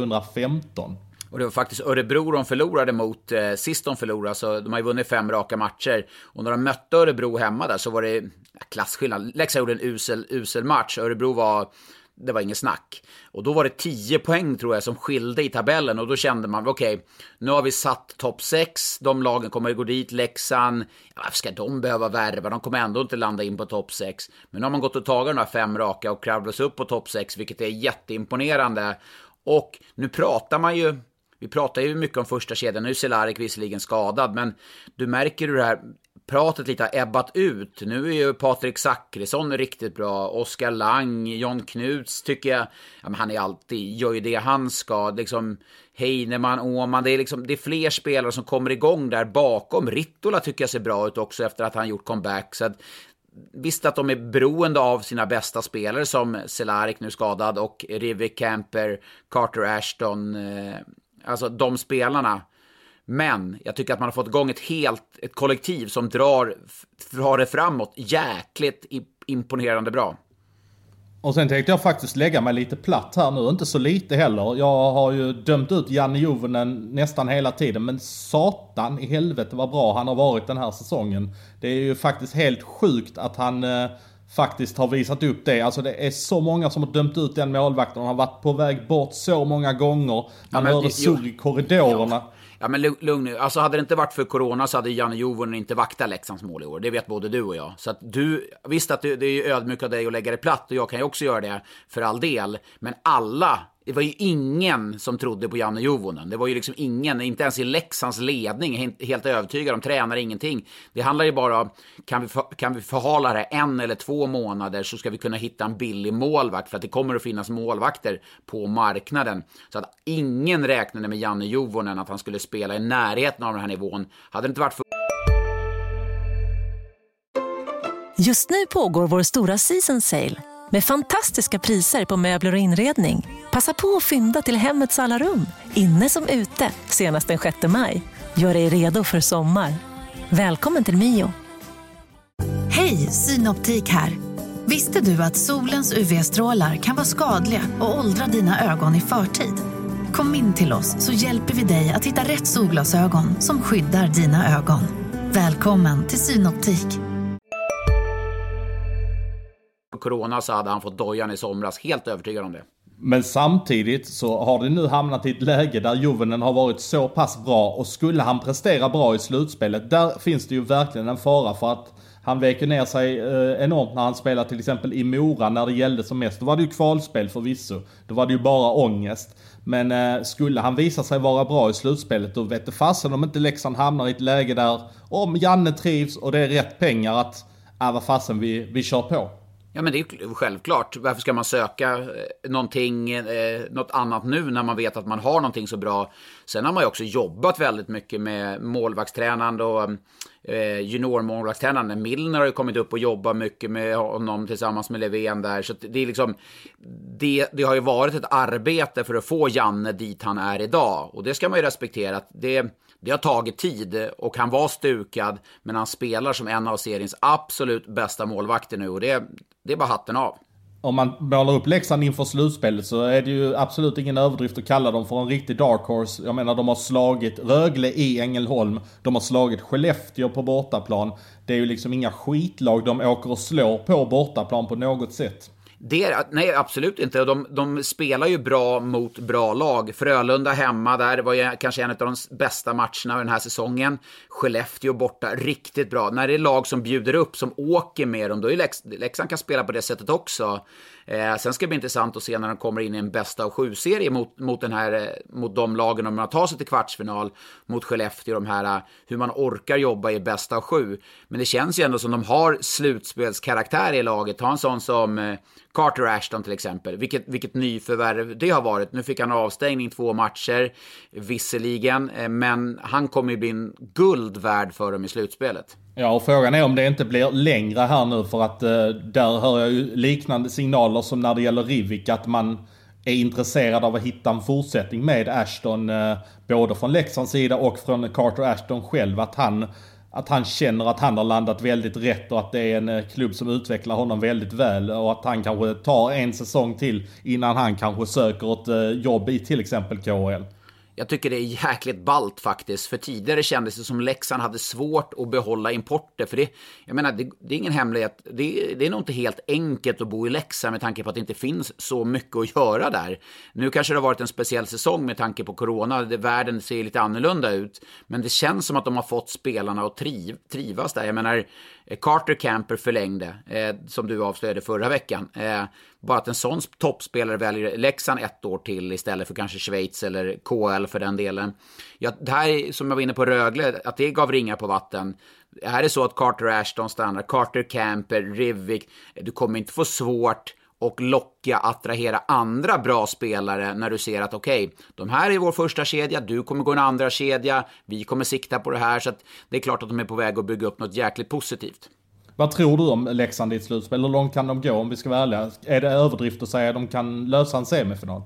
2015. Och det var faktiskt Örebro de förlorade mot sist de förlorade, så de har ju vunnit 5 raka matcher. Och när de mötte Örebro hemma där så var det klasskillnad. Leksand gjorde en usel match. Örebro var det var ingen snack. Och då var det 10 poäng tror jag som skilde i tabellen, och då kände man okej, nu har vi satt topp 6, de lagen kommer gå dit, Leksand, varför ska de behöva värva, de kommer ändå inte landa in på topp 6. Men nu har man gått och tagit de här 5 raka och kravlat upp på topp 6, vilket är jätteimponerande. Och nu vi pratar ju mycket om första kedjan, nu är Cehlarik visserligen skadad, men du märker hur det här pratet lite har ebbat ut. Nu är ju Patrik Zackrisson riktigt bra, Oskar Lang, John Knuts tycker jag, ja, men han är alltid, gör ju det han ska, liksom Heinemann, Åman, det är fler spelare som kommer igång där bakom. Rittola tycker jag ser bra ut också efter att han gjort comeback, så att visst att de är beroende av sina bästa spelare som Cehlarik nu skadad och Rivik Camper, Carter Ashton, alltså de spelarna. Men jag tycker att man har fått igång ett kollektiv som drar det framåt jäkligt imponerande bra. Och sen tänkte jag faktiskt lägga mig lite platt här nu, inte så lite heller. Jag har ju dömt ut Janne Juvonen nästan hela tiden, men satan i helvete vad bra han har varit den här säsongen. Det är ju faktiskt helt sjukt att han faktiskt har visat upp det. Alltså det är så många som har dömt ut den målvakten. Han har varit på väg bort så många gånger. Man hörde surr i korridorerna. Ja, men lugn nu. Alltså hade det inte varit för corona så hade Janne Juvonen inte vaktat Leksands mål i år. Det vet både du och jag. Så att visst att det är ödmjukt av dig att lägga det platt, och jag kan ju också göra det för all del. Men det var ju ingen som trodde på Janne Juvonen. Det var ju liksom ingen, inte ens i Leksands ledning, helt övertygad om, tränar ingenting. Det handlar ju bara om, kan vi förhala det 1 eller 2 månader så ska vi kunna hitta en billig målvakt, för att det kommer att finnas målvakter på marknaden. Så att ingen räknade med Janne Juvonen att han skulle spela i närheten av den här nivån. Hade det inte varit för... Just nu pågår vår stora season sale med fantastiska priser på möbler och inredning. Passa på att fynda till hemmets alla rum, inne som ute, senast den 6 maj. Gör dig redo för sommar. Välkommen till Mio. Hej, Synoptik här. Visste du att solens UV-strålar kan vara skadliga och åldra dina ögon i förtid? Kom in till oss så hjälper vi dig att hitta rätt solglasögon som skyddar dina ögon. Välkommen till Synoptik. Corona så hade han fått dojan i somras, helt övertygad om det. Men samtidigt så har det nu hamnat i ett läge där Juvonen har varit så pass bra, och skulle han prestera bra i slutspelet, där finns det ju verkligen en fara för att han väcker ner sig enormt när han spelar till exempel i Mora när det gällde som mest. Då var det ju kvalspel förvisso, då var det ju bara ångest. Men skulle han visa sig vara bra i slutspelet, då vet det fasen om inte Leksand hamnar i ett läge där, om Janne trivs och det är rätt pengar, att vad fasen vi kör på. Ja, men det är självklart. Varför ska man söka något annat nu när man vet att man har någonting så bra? Sen har man ju också jobbat väldigt mycket med målvaktstränande och juniormålvaktstränande. Milner har ju kommit upp och jobbat mycket med honom tillsammans med Löfven där. Så det är liksom, det har ju varit ett arbete för att få Janne dit han är idag. Och det ska man ju respektera. Det har tagit tid och han var stukad, men han spelar som en av seriens absolut bästa målvakter nu, och det är bara hatten av. Om man målar upp Leksand inför slutspelet så är det ju absolut ingen överdrift att kalla dem för en riktig dark horse. Jag menar, de har slagit Rögle i Ängelholm, de har slagit Skellefteå på bortaplan. Det är ju liksom inga skitlag de åker och slår på bortaplan på något sätt. Nej, absolut inte. De spelar ju bra mot bra lag. Frölunda hemma där var ju kanske en av de bästa matcherna den här säsongen. Skellefteå borta, riktigt bra. När det är lag som bjuder upp, som åker med dem, då är Leksand kan spela på det sättet också. Sen ska det bli intressant att se när de kommer in i en bästa av 7-serie mot de lagen, om man tar sig till kvartsfinal mot Skellefteå, de här, hur man orkar jobba i bästa av 7. Men det känns ju ändå som de har slutspelskaraktär i laget. Ta en sån som Carter Ashton till exempel. Vilket nyförvärv det har varit. Nu fick han avstängning 2 matcher visserligen, men han kommer ju bli en guld värd för dem i slutspelet. Ja, och frågan är om det inte blir längre här nu, för att där hör jag ju liknande signaler som när det gäller Rivik, att man är intresserad av att hitta en fortsättning med Ashton, både från Leksands sida och från Carter Ashton själv, att han känner att han har landat väldigt rätt och att det är en klubb som utvecklar honom väldigt väl, och att han kanske tar en säsong till innan han kanske söker ett jobb i till exempel KHL. Jag tycker det är jäkligt ballt faktiskt, för tidigare kändes det som Leksand hade svårt att behålla importer, för det är ingen hemlighet, det är nog inte helt enkelt att bo i Leksand med tanke på att det inte finns så mycket att göra där. Nu kanske det har varit en speciell säsong med tanke på corona, världen ser lite annorlunda ut, men det känns som att de har fått spelarna att trivas där. Jag menar, Carter Camper förlängde, som du avslöjade förra veckan. Bara att en sån toppspelare väljer Leksand 1 år till istället för kanske Schweiz eller KL för den delen. Ja, det här som jag var inne på Rögle, att det gav ringar på vatten. Här är så att Carter Ashton stannar, Carter Camper, Rivik. Du kommer inte få svårt och attrahera andra bra spelare när du ser att okej, de här är vår första kedja, du kommer gå en andra kedja, vi kommer sikta på det här, så att det är klart att de är på väg att bygga upp något jäkligt positivt. Vad tror du om Leksand i ett slutspel? Hur långt kan de gå om vi ska vara ärliga? Är det överdrift att säga att de kan lösa en semifinal?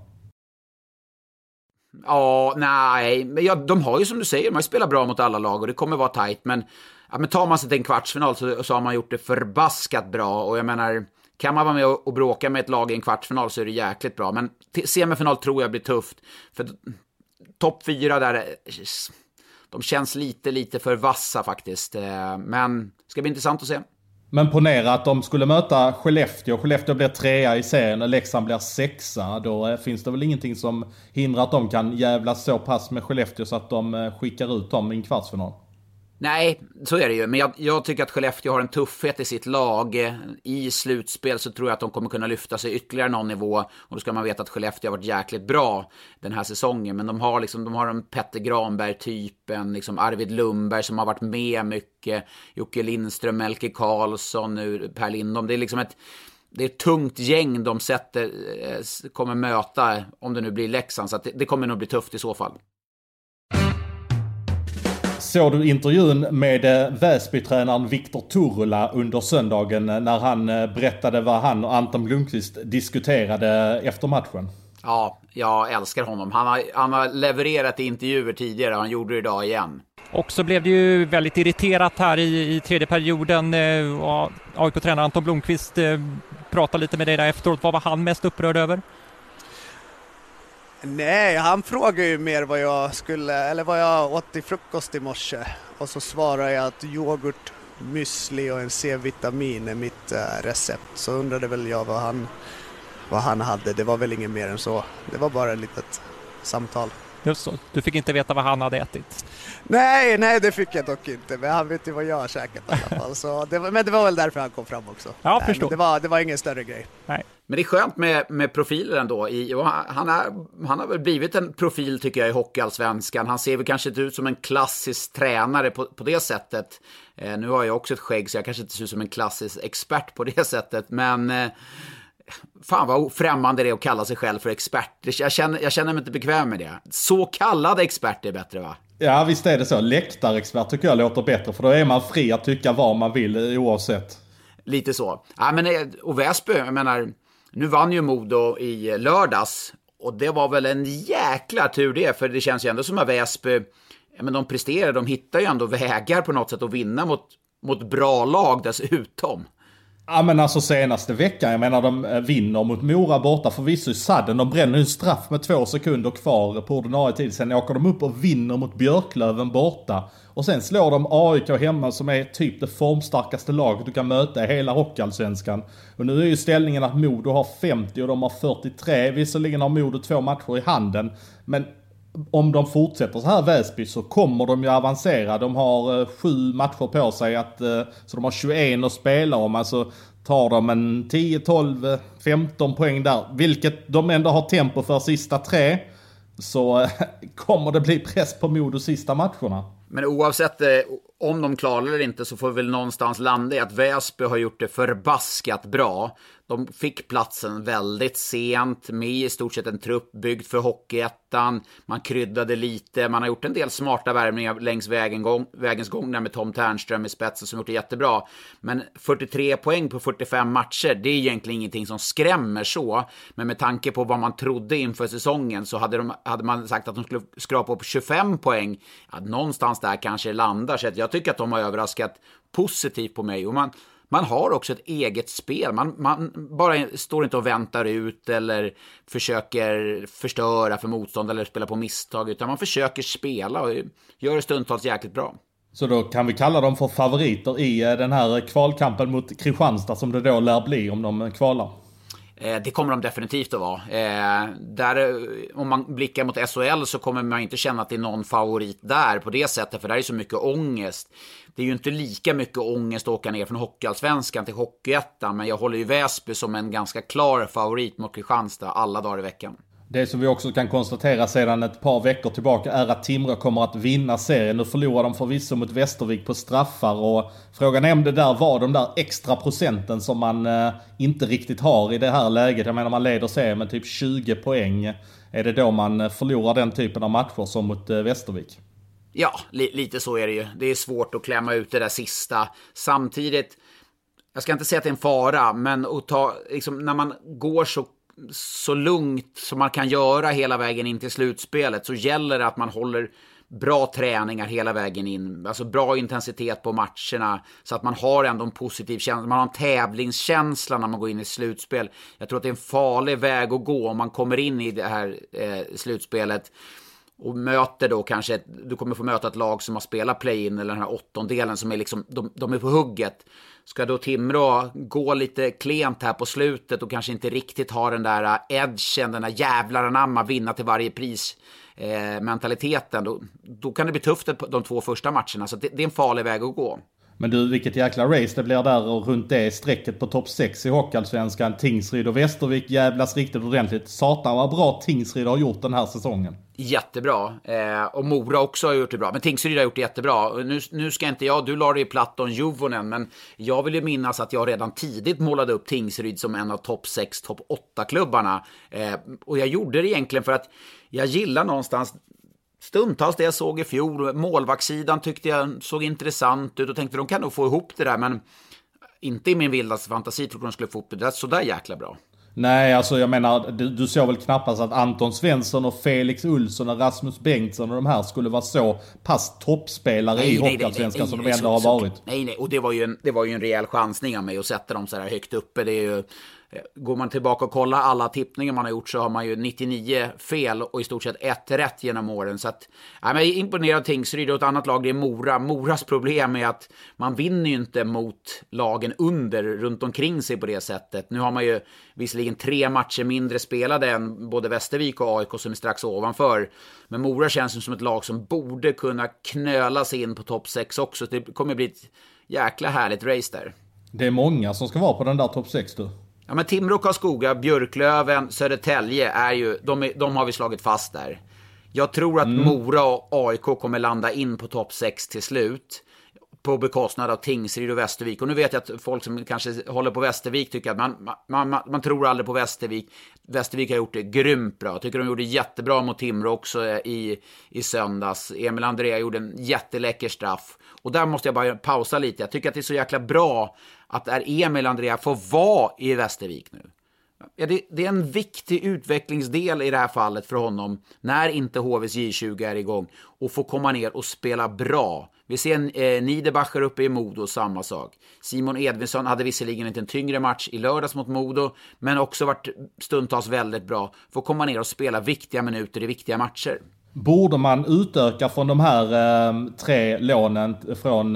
Ja, nej, men de har ju som du säger, de har spelat bra mot alla lag och det kommer vara tajt, men tar man sig till en kvartsfinal så har man gjort det förbaskat bra, och jag menar, kan man vara med och bråka med ett lag i en kvartsfinal så är det jäkligt bra, men semifinal tror jag blir tufft, för topp 4 där, de känns lite för vassa faktiskt, men det ska bli intressant att se. Men ponera att de skulle möta Skellefteå. Skellefteå blir 3 i serien och Leksand blir 6. Då finns det väl ingenting som hindrar att de kan jävlas så pass med Skellefteå så att de skickar ut dem i en kvartsfinal. Nej, så är det ju. Men jag tycker att Skellefteå har en tuffhet i sitt lag. I slutspel så tror jag att de kommer kunna lyfta sig ytterligare någon nivå. Och då ska man veta att Skellefteå har varit jäkligt bra den här säsongen. Men de har en Petter Granberg-typen, liksom Arvid Lundberg som har varit med mycket. Jocke Lindström, Melke Karlsson, nu Per Lindholm. Det är liksom det är ett tungt gäng de kommer möta om det nu blir Leksand. Så att det kommer nog bli tufft i så fall. Såg du intervjun med Väsby-tränaren Viktor Turula under söndagen när han berättade vad han och Anton Blomqvist diskuterade efter matchen? Ja, jag älskar honom. Han har levererat i intervjuer tidigare, han gjorde det idag igen. Och så blev det ju väldigt irriterat här i tredje perioden. AIK-tränaren Anton Blomqvist pratade lite med dig där efteråt. Vad var han mest upprörd över? Nej, han frågade ju mer vad jag åt till frukost i morse. Och så svarade jag att yoghurt, müsli och en C-vitamin är mitt recept. Så undrade väl jag vad han hade. Det var väl inget mer än så. Det var bara ett litet samtal. Just så. Du fick inte veta vad han hade ätit? Nej, det fick jag dock inte. Men han vet ju vad jag har käkat i alla fall. Så men det var väl därför han kom fram också. Ja, förstår. Det var ingen större grej. Nej. Men det är skönt med profiler ändå. Han har väl blivit en profil tycker jag i Hockeyallsvenskan. Han ser väl kanske inte ut som en klassisk tränare på det sättet. Nu har jag också ett skägg så jag kanske inte ser ut som en klassisk expert på det sättet. Men fan vad främmande det är att kalla sig själv för expert. Jag känner mig inte bekväm med det. Så kallade experter är bättre, va? Ja, visst är det så. Läktarexpert tycker jag låter bättre. För då är man fri att tycka vad man vill oavsett. Lite så. Ja, men, och Väsby, jag menar, nu vann ju Modo i lördags. Och det var väl en jäkla tur det. För det känns ju ändå som att Väsby, men de presterar, de hittar ju ändå vägar på något sätt att vinna mot bra lag dessutom. Ja, men alltså senaste veckan, jag menar de vinner mot Mora borta, förvisso i sadden. De bränner en straff med 2 sekunder kvar på ordinarie tid. Sen åker de upp och vinner mot Björklöven borta. Och sen slår de AIK hemma som är typ det formstarkaste laget du kan möta i hela Hockeyallsvenskan. Och nu är ju ställningen att Modo har 50 och de har 43. Visserligen har Modo 2 matcher i handen. Men om de fortsätter så här Väsby så kommer de ju avancera. De har 7 matcher på sig så de har 21 att spela om. Alltså tar de en 10, 12, 15 poäng där, vilket de ändå har tempo för sista 3, så kommer det bli press på Modo sista matcherna. Men oavsett om de klarar eller inte så får vi väl någonstans landa i att Väsby har gjort det förbaskat bra. De fick platsen väldigt sent med i stort sett en trupp byggd för Hockeyettan. Man kryddade lite, man har gjort en del smarta värvningar längs vägens gång där med Tom Ternström i spetsen som gjort det jättebra. Men 43 poäng på 45 matcher, det är egentligen ingenting som skrämmer så. Men med tanke på vad man trodde inför säsongen så hade man sagt att de skulle skrapa upp 25 poäng. Ja, någonstans där kanske landar, så jag tycker att de har överraskat positivt på mig. Och man man har också ett eget spel. Man bara står inte och väntar ut eller försöker förstöra för motstånd eller spela på misstag, utan man försöker spela och gör det stundtals jäkligt bra. Så då kan vi kalla dem för favoriter i den här kvalkampen mot Kristianstad som det då lär bli om de kvalar? Det kommer de definitivt att vara. Om man blickar mot SHL så kommer man inte känna att det är någon favorit där på det sättet, för där är så mycket ångest. Det är ju inte lika mycket ångest att åka ner från Hockeyallsvenskan till Hockeyettan, men jag håller ju Väsby som en ganska klar favorit mot Kristianstad alla dagar i veckan. Det som vi också kan konstatera sedan ett par veckor tillbaka är att Timrå kommer att vinna serien. Nu förlorar de förvisso mot Västervik på straffar, och frågan är om det där var de där extra procenten som man inte riktigt har i det här läget. Jag menar, man leder serien med typ 20 poäng. Är det då man förlorar den typen av matcher som mot Västervik? Ja, lite så är det ju. Det är svårt att klämma ut det där sista. Samtidigt, jag ska inte säga att det är en fara, men att ta, liksom, när man går så lugnt som man kan göra hela vägen in till slutspelet, så gäller det att man håller bra träningar hela vägen in, alltså bra intensitet på matcherna, så att man har ändå en positiv känsla, man har en tävlingskänsla när man går in i slutspel. Jag tror att det är en farlig väg att gå om man kommer in i det här slutspelet och möter då kanske, du kommer få möta ett lag som har spelat play-in eller den här åttondelen som är liksom, de är på hugget. Ska då Timrå gå lite klent här på slutet och kanske inte riktigt ha den där edgen, den där jävlar anamma, vinna till varje pris mentaliteten, då kan det bli tufft de 2 första matcherna, så det är en farlig väg att gå. Men du, vilket jäkla race det blir där och runt det strecket på topp 6 i Hockeyallsvenskan. Tingsryd och Västervik jävlas riktigt ordentligt. Satan vad bra Tingsryd har gjort den här säsongen. Jättebra. Och Mora också har gjort det bra. Men Tingsryd har gjort det jättebra. Nu ska inte jag, du la det i Platon Juvonen, men jag vill ju minnas att jag redan tidigt målade upp Tingsryd som en av topp 6, topp 8-klubbarna. Och jag gjorde det egentligen för att jag gillar någonstans stundtals det jag såg i fjol. Målvaktssidan tyckte jag såg intressant ut och tänkte de kan nog få ihop det där, men inte i min vildaste fantasi tror jag de skulle få ihop det där så där jäkla bra. Nej, alltså jag menar, du såg väl knappast att Anton Svensson och Felix Olsson och Rasmus Bengtsson och de här skulle vara så pass toppspelare i Hockeyallsvenskan som de ändå har varit. Nej, och det var ju en rejäl chansning av mig att sätta dem så här högt uppe. Det är ju, går man tillbaka och kollar alla tippningar man har gjort så har man ju 99 fel och i stort sett 1 rätt genom åren. Så att, jag är imponerad av Tingsryd, och ett annat lag det är Mora. Moras problem är att man vinner ju inte mot lagen under runt omkring sig på det sättet. Nu har man ju visserligen 3 matcher mindre spelade än både Västervik och AIK som är strax ovanför. Men Mora känns som ett lag som borde kunna knöla sig in på topp 6 också. Det kommer bli ett jäkla härligt race där. Det är många som ska vara på den där topp 6 du. Ja, men Timrå, Karlskoga, Björklöven, Södertälje är ju, de har vi slagit fast där. Jag tror att Mora och AIK kommer landa in på topp 6 till slut på bekostnad av Tingsryd och Västervik. Och nu vet jag att folk som kanske håller på Västervik tycker att man tror aldrig på Västervik. Västervik har gjort det grymt bra. Jag tycker de gjorde jättebra mot Timrå också i söndags. Emil Andrea gjorde en jätteläcker straff. Och där måste jag bara pausa lite. Jag tycker att det är så jäkla bra att Emil Andrea får vara i Västervik nu. Ja, det är en viktig utvecklingsdel i det här fallet för honom när inte HVs J20 är igång och få komma ner och spela bra. Vi ser Niederbacher uppe i Modo, samma sak. Simon Edvinsson hade visserligen inte en tyngre match i lördags mot Modo, men också varit stundtals väldigt bra. Få komma ner och spela viktiga minuter i viktiga matcher. Borde man utöka från de här 3 lånen från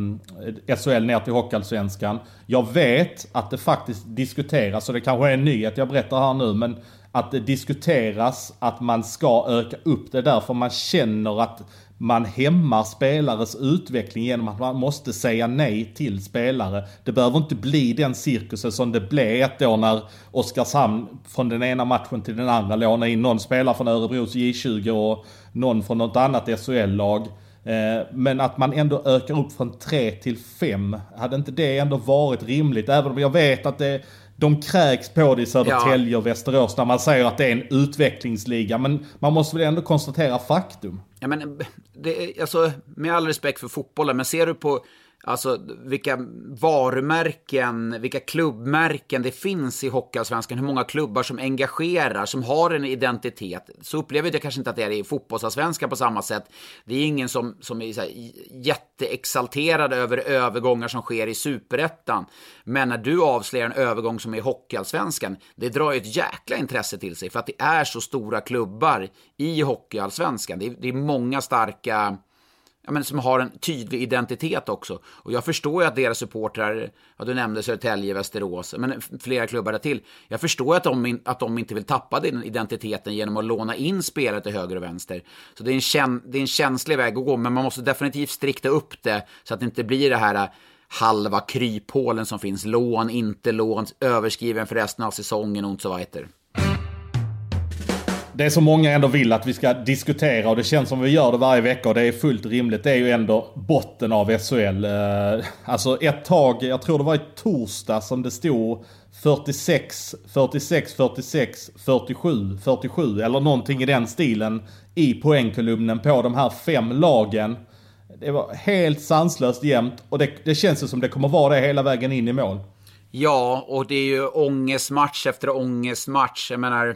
SHL ner till Hockeyallsvenskan? Jag vet att det faktiskt diskuteras, och det kanske är en nyhet jag berättar här nu, men att det diskuteras att man ska öka upp det där, för man känner att man hämmar spelares utveckling genom att man måste säga nej till spelare. Det behöver inte bli den cirkusen som det blev ett år när Oskarshamn från den ena matchen till den andra lånade in någon spelare från Örebros J20 och någon från något annat SHL-lag. Men att man ändå ökar upp från 3 till 5. Hade inte det ändå varit rimligt? Även om jag vet att de kräks på det i Södertälje och Västerås när man säger att det är en utvecklingsliga. Men man måste väl ändå konstatera faktum. Ja, men alltså, med all respekt för fotbollen, men ser du på Alltså vilka varumärken, vilka klubbmärken det finns i Hockeyallsvenskan, hur många klubbar som engagerar, som har en identitet. Så upplever jag kanske inte att det är i fotbollsallsvenskan på samma sätt. Det är ingen som är så här jätteexalterad över övergångar som sker i Superettan. Men när du avslöjar en övergång som är i Hockeyallsvenskan, det drar ju ett jäkla intresse till sig för att det är så stora klubbar i Hockeyallsvenskan. Det är många starka, men som har en tydlig identitet också. Och jag förstår ju att deras supportrar, du nämnde Södertälje, Västerås, men flera klubbar där till. Jag förstår att de inte vill tappa den identiteten genom att låna in spelare till höger och vänster. Så det är en känslig väg att gå, men man måste definitivt strikta upp det så att det inte blir det här halva kryphålen som finns. Lån, inte lån, överskriven för resten av säsongen och så vidare. Det är så många ändå vill att vi ska diskutera, och det känns som vi gör det varje vecka och det är fullt rimligt. Det är ju ändå botten av SHL. Alltså ett tag, jag tror det var i torsdag som det stod 46, 46, 46, 47, 47 eller någonting i den stilen i poängkolumnen på de här 5 lagen. Det var helt sanslöst jämnt och det känns ju som det kommer vara det hela vägen in i mål. Ja, och det är ju ångestmatch efter ångestmatch. Jag menar,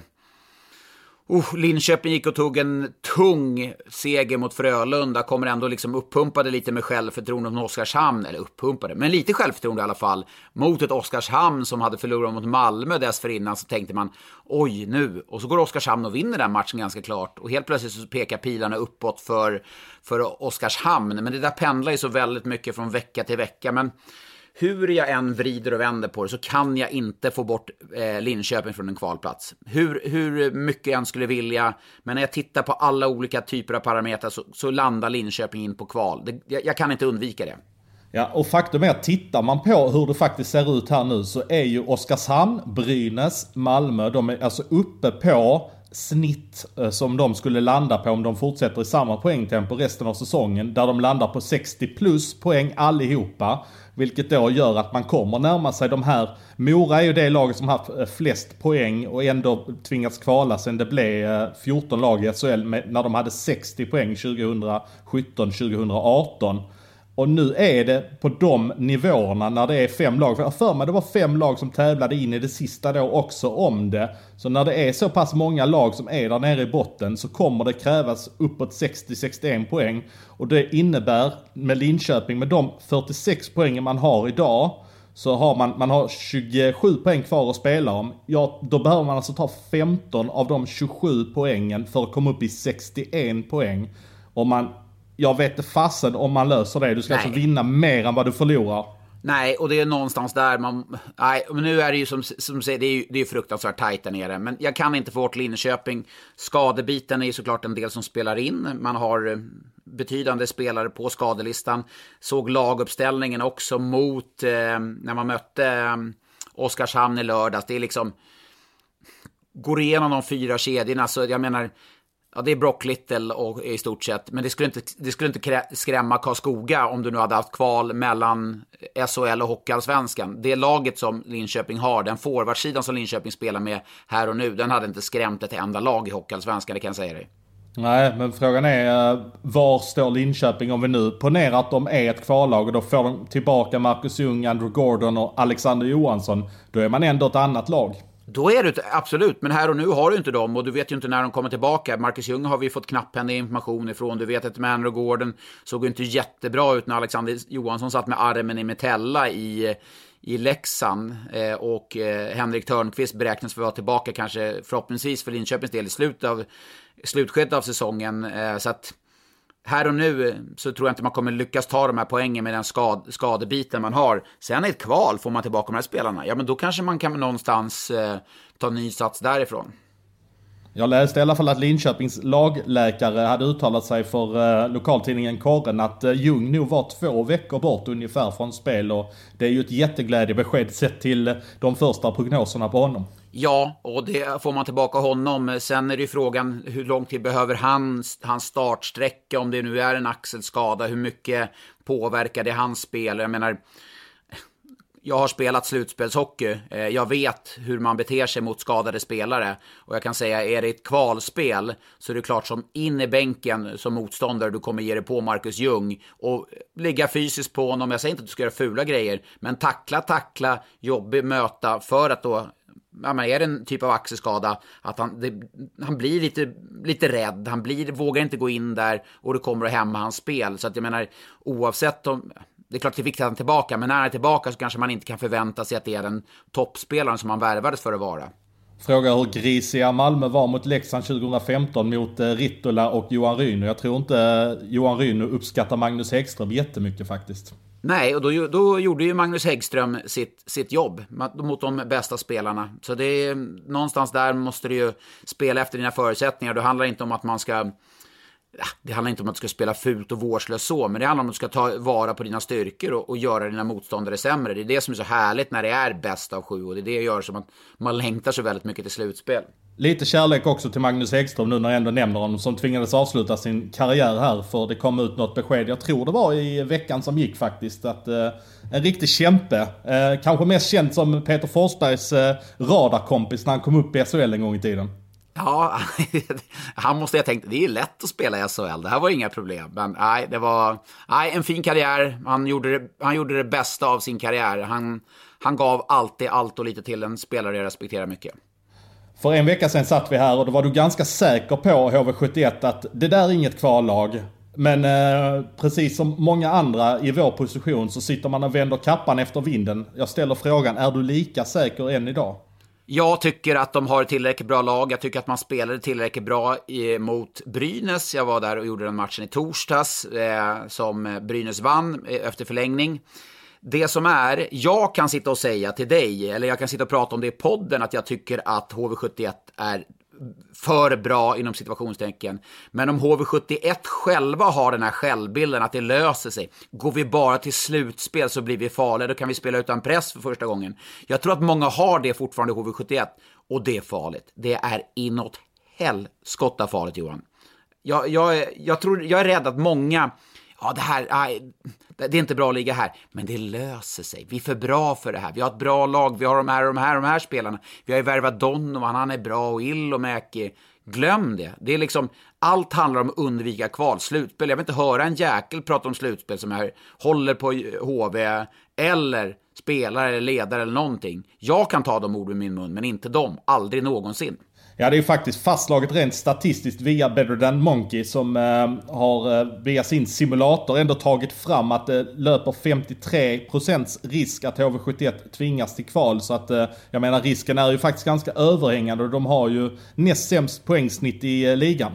Linköping gick och tog en tung seger mot Frölunda, kommer ändå liksom uppumpade lite med självförtroende mot Oskarshamn, eller uppumpade, men lite självförtroende i alla fall, mot ett Oskarshamn som hade förlorat mot Malmö dessförinnan. Så tänkte man, oj nu, och så går Oskarshamn och vinner den matchen ganska klart, och helt plötsligt så pekar pilarna uppåt för Oskarshamn. Men det där pendlar ju så väldigt mycket från vecka till vecka, men hur jag än vrider och vänder på det så kan jag inte få bort Linköping från en kvalplats. Hur mycket jag än skulle vilja. Men när jag tittar på alla olika typer av parametrar så landar Linköping in på kval. Jag kan inte undvika det. Ja, och faktum är att tittar man på hur det faktiskt ser ut här nu så är ju Oskarshamn, Brynäs, Malmö, de är alltså uppe på snitt som de skulle landa på om de fortsätter i samma poängtempo resten av säsongen, där de landar på 60 plus poäng allihopa, vilket då gör att man kommer närma sig de här. Mora är ju det laget som haft flest poäng och ändå tvingats kvala sen det blev 14 lag i SHL när de hade 60 poäng 2017-2018. Och nu är det på de nivåerna när det är 5 lag. För mig det var 5 lag som tävlade in i det sista då också om det. Så när det är så pass många lag som är där nere i botten så kommer det krävas uppåt 60-61 poäng. Och det innebär med Linköping, med de 46 poängen man har idag, så har man har 27 poäng kvar att spela om. Ja, då behöver man alltså ta 15 av de 27 poängen för att komma upp i 61 poäng. Och jag vet inte fasen om man löser det. Du ska alltså vinna mer än vad du förlorar. Nej, och det är någonstans där men nu är det ju som säger, det är ju fruktansvärt tajt där nere. Men jag kan inte få bort Linköping. Skadebiten är ju såklart en del som spelar in. Man har betydande spelare på skadelistan. Såg laguppställningen också mot när man mötte Oskarshamn i lördags. Det är liksom, går igenom de 4 kedjorna, så jag menar, ja, det är Brock Little och i stort sett. Men det skulle inte skrämma Karlskoga om du nu hade haft kval mellan SHL och Hockeyallsvenskan. Det laget som Linköping har, den forwardsidan som Linköping spelar med här och nu, den hade inte skrämt ett enda lag i Hockeyallsvenskan, det kan jag säga dig. Nej, men frågan är var står Linköping om vi nu ponerar att de är ett kvallag och då får de tillbaka Marcus Ljung, Andrew Gordon och Alexander Johansson. Då är man ändå ett annat lag. Då är det absolut, men här och nu har du inte dem och du vet ju inte när de kommer tillbaka. Marcus Ljung har vi fått knapphändig information ifrån. Du vet att Andrew Gordon såg inte jättebra ut när Alexander Johansson satt med armen i Metella i Leksand, och Henrik Törnqvist beräknas för att vara tillbaka kanske förhoppningsvis för Linköpings del i slutskedet av säsongen. Så att här och nu så tror jag inte man kommer lyckas ta de här poängen med den skadebiten man har. Sen i ett kval får man tillbaka de här spelarna. Ja, men då kanske man kan någonstans ta ny sats därifrån. Jag läste i alla fall att Linköpings lagläkare hade uttalat sig för lokaltidningen Korren att Ljung nog var 2 veckor bort ungefär från spel, och det är ju ett jätteglädjebesked sett till de första prognoserna på honom. Ja, och det får man tillbaka honom. Sen är det ju frågan hur lång tid behöver hans startsträcka, om det nu är en axelskada, hur mycket påverkar det hans spel? Jag menar, jag har spelat slutspelshockey. Jag vet hur man beter sig mot skadade spelare. Och jag kan säga, är det ett kvalspel så är det klart som in i bänken som motståndare du kommer ge dig på Marcus Ljung och ligga fysiskt på honom. Jag säger inte att du ska göra fula grejer, men tackla, jobbig möta för att då... Ja, men är det en typ av axelskada att han blir lite rädd, vågar inte gå in där och det kommer att hämma hans spel. Så att jag menar, oavsett om... Det är klart det är viktigt att han är tillbaka, men när han är tillbaka så kanske man inte kan förvänta sig att det är den toppspelaren som han värvades för att vara. Fråga hur grisiga Malmö var mot Leksand 2015 mot Rittola och Johan Ryno. Jag tror inte Johan Ryno uppskattar Magnus Häggström jättemycket faktiskt. Nej, och då gjorde ju Magnus Häggström sitt jobb mot de bästa spelarna. Så det är någonstans där måste du ju spela efter dina förutsättningar. Det handlar inte om att man ska... Det handlar inte om att du ska spela fult och vårdslöst så, men det handlar om att du ska ta vara på dina styrkor och göra dina motståndare sämre. Det är det som är så härligt när det är bäst av 7 och det är det jag gör som att man längtar så väldigt mycket till slutspel. Lite kärlek också till Magnus Häggström nu när jag ändå nämner honom, som tvingades avsluta sin karriär här för det kom ut något besked. Jag tror det var i veckan som gick faktiskt att en riktig kämpe, kanske mest känd som Peter Forsbergs radarkompis när han kom upp i SHL en gång i tiden. Ja, han måste ha tänkt, det är lätt att spela i SHL, det här var inga problem. Men nej, det var en fin karriär, han gjorde det bästa av sin karriär. Han gav alltid allt och lite till en spelare jag respekterar mycket. För en vecka sedan satt vi här och då var du ganska säker på HV71 att det där är inget kvallag. Men precis som många andra i vår position så sitter man och vänder kappan efter vinden. Jag ställer frågan, är du lika säker än idag? Jag tycker att de har ett tillräckligt bra lag. Jag tycker att man spelade tillräckligt bra mot Brynäs. Jag var där och gjorde den matchen i torsdags som Brynäs vann efter förlängning. Det som är, jag kan sitta och säga till dig, eller jag kan sitta och prata om det i podden, att jag tycker att HV71 är för bra inom situationstecken. Men om HV71 själva har den här självbilden att det löser sig, går vi bara till slutspel så blir vi farliga, då kan vi spela utan press för första gången. Jag tror att många har det fortfarande i HV71 och det är farligt. Det är inåt helskotta farligt, Johan. Jag är rädd att många, det är inte bra att ligga här, men det löser sig. Vi är för bra för det här. Vi har ett bra lag, vi har de här spelarna. Vi har ju värvat Donovan, han är bra, och Ilomäki. Glöm det. Det är liksom, allt handlar om att undvika kval. Slutspel. Jag vill inte höra en jäkel prata om slutspel som här håller på HV eller spelare eller ledare eller någonting. Jag kan ta de ord i min mun, men inte de. Aldrig någonsin. Ja, det är ju faktiskt fastslaget rent statistiskt via Better Than Monkey som har via sin simulator ändå tagit fram att det löper 53% risk att HV71 tvingas till kval. Så att jag menar, risken är ju faktiskt ganska överhängande och de har ju näst sämst poängsnitt i ligan.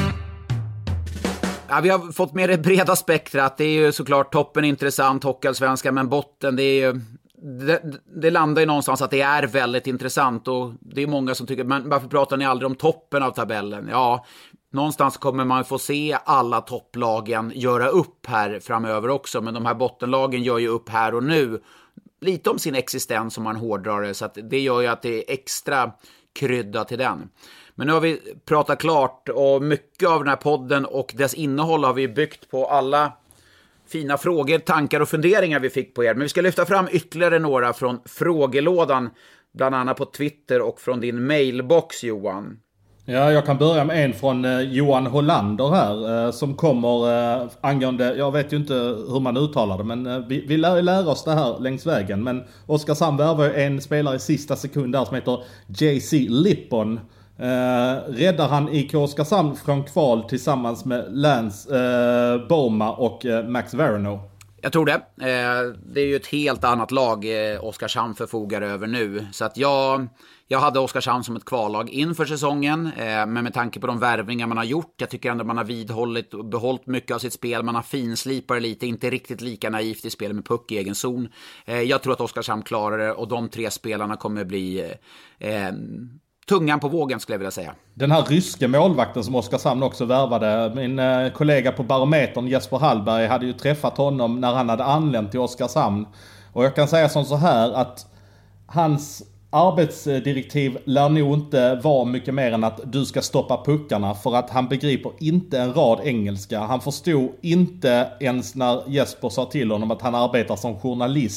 Ja, vi har fått med det breda spektrat. Det är ju såklart toppen intressant, Hockeyallsvenskan, men botten, det är ju... Det landar ju någonstans att det är väldigt intressant och det är många som tycker, men varför pratar ni aldrig om toppen av tabellen? Ja, någonstans kommer man få se alla topplagen göra upp här framöver också, men de här bottenlagen gör ju upp här och nu lite om sin existens som man hårdrar det, så att det gör ju att det är extra krydda till den. Men nu har vi pratat klart och mycket av den här podden och dess innehåll har vi byggt på alla fina frågor, tankar och funderingar vi fick på er. Men vi ska lyfta fram ytterligare några från frågelådan, bland annat på Twitter och från din mailbox, Johan. Ja, jag kan börja med en från Johan Hollander här som kommer angående, jag vet ju inte hur man uttalar det, men vi lär oss det här längs vägen. Men Oskarshamn värvar en spelare i sista sekund där som heter JC Lippon. Räddar han IK Oskarshamn från kval tillsammans med Lance Boma och Max Verano? Jag tror det. Det är ju ett helt annat lag Oskarshamn förfogar över nu. Så att jag hade Oskarshamn som ett kvallag inför säsongen. Men med tanke på de värvningar man har gjort, jag tycker ändå man har vidhållit och behållit mycket av sitt spel. Man har finslipat lite, inte riktigt lika naivt i spel med puck i egen zon. Jag tror att Oskarshamn klarar det och de 3 spelarna kommer bli... tungan på vågen skulle jag vilja säga. Den här ryska målvakten som Oskarshamn också värvade, min kollega på Barometern Jesper Hallberg hade ju träffat honom när han hade anlänt till Oskarshamn. Och jag kan säga som så här att hans arbetsdirektiv lär nog inte vara mycket mer än att du ska stoppa puckarna, för att han begriper inte en rad engelska. Han förstod inte ens när Jesper sa till honom att han arbetar som journalist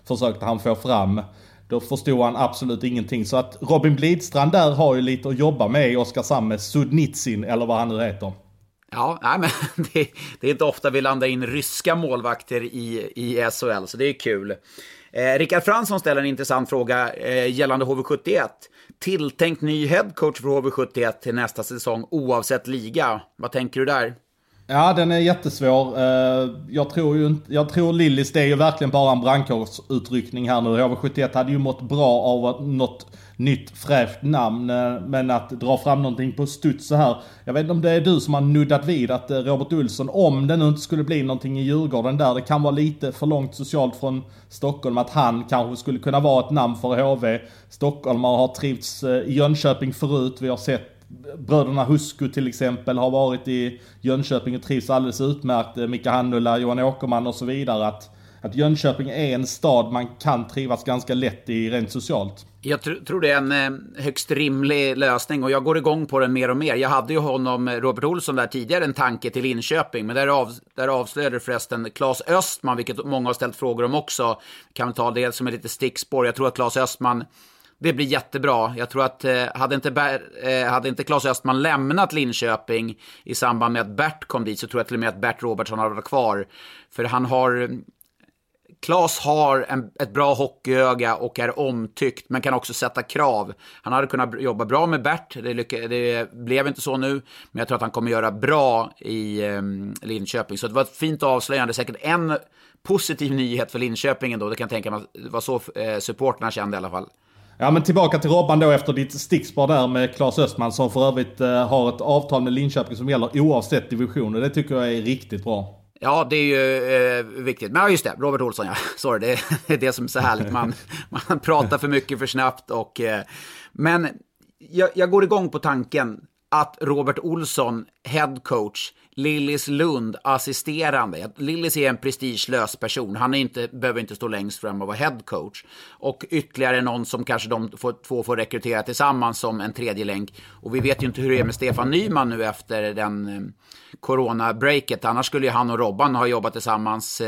försökte han få fram. Då förstod han absolut ingenting. Så att Robin Blidstrand där har ju lite att jobba med i Oskarshamn med Sudnitsin, eller vad han nu heter. Ja, nej, men det är inte ofta vi landar in ryska målvakter i SHL, så det är kul. Rickard Fransson ställer en intressant fråga gällande HV71. Tilltänkt ny headcoach för HV71 till nästa säsong oavsett liga. Vad tänker du där? Ja, den är jättesvår. Jag tror Lillis, det är ju verkligen bara en brandkårsutryckning här nu. HV71 hade ju mått bra av något nytt fräscht namn, men att dra fram någonting på studs så här. Jag vet inte om det är du som har nuddat vid att Robert Olsson, om det nu inte skulle bli någonting i Djurgården där, det kan vara lite för långt socialt från Stockholm, att han kanske skulle kunna vara ett namn för HV. Stockholm har trivts i Jönköping förut. Vi har sett bröderna Husku till exempel har varit i Jönköping och trivs alldeles utmärkt. Mika Hannula, Johan Åkerman och så vidare. Att Jönköping är en stad man kan trivas ganska lätt i rent socialt. Jag tror det är en högst rimlig lösning och jag går igång på den mer och mer. Jag hade ju honom, Robert Olsson, där tidigare en tanke till Linköping, men där avslöjade förresten Claes Östman, vilket många har ställt frågor om också. Kan vi ta det som är lite stickspår. Jag tror att Claes Östman, det blir jättebra. Jag tror att hade inte Claes Östman lämnat Linköping i samband med att Bert kom dit, så tror jag till och med att Bert Robertsson har varit kvar. För Claes har ett bra hockeyöga och är omtyckt, men kan också sätta krav. Han hade kunnat jobba bra med Bert, det blev inte så nu, men jag tror att han kommer göra bra i Linköping. Så det var ett fint avslöjande, säkert en positiv nyhet för Linköping ändå. Det kan jag tänka mig att det var så supporterna kände i alla fall. Ja, men tillbaka till Robban då efter ditt stickspår där med Claes Östman, som för övrigt har ett avtal med Linköping som gäller oavsett divisioner. Det tycker jag är riktigt bra. Ja, det är ju viktigt. Men just det, Robert Olsson, ja. Sorry, det är det som är så härligt. Man pratar för mycket för snabbt. Men jag går igång på tanken att Robert Olsson, head coach, Lillis Lund, assisterande. Lillis är en prestigelös person. Han behöver inte stå längst fram och vara head coach. Och ytterligare någon som kanske de två får rekrytera tillsammans som en tredje länk. Och vi vet ju inte hur det är med Stefan Nyman nu efter den corona-breaket. Annars skulle ju han och Robban ha jobbat tillsammans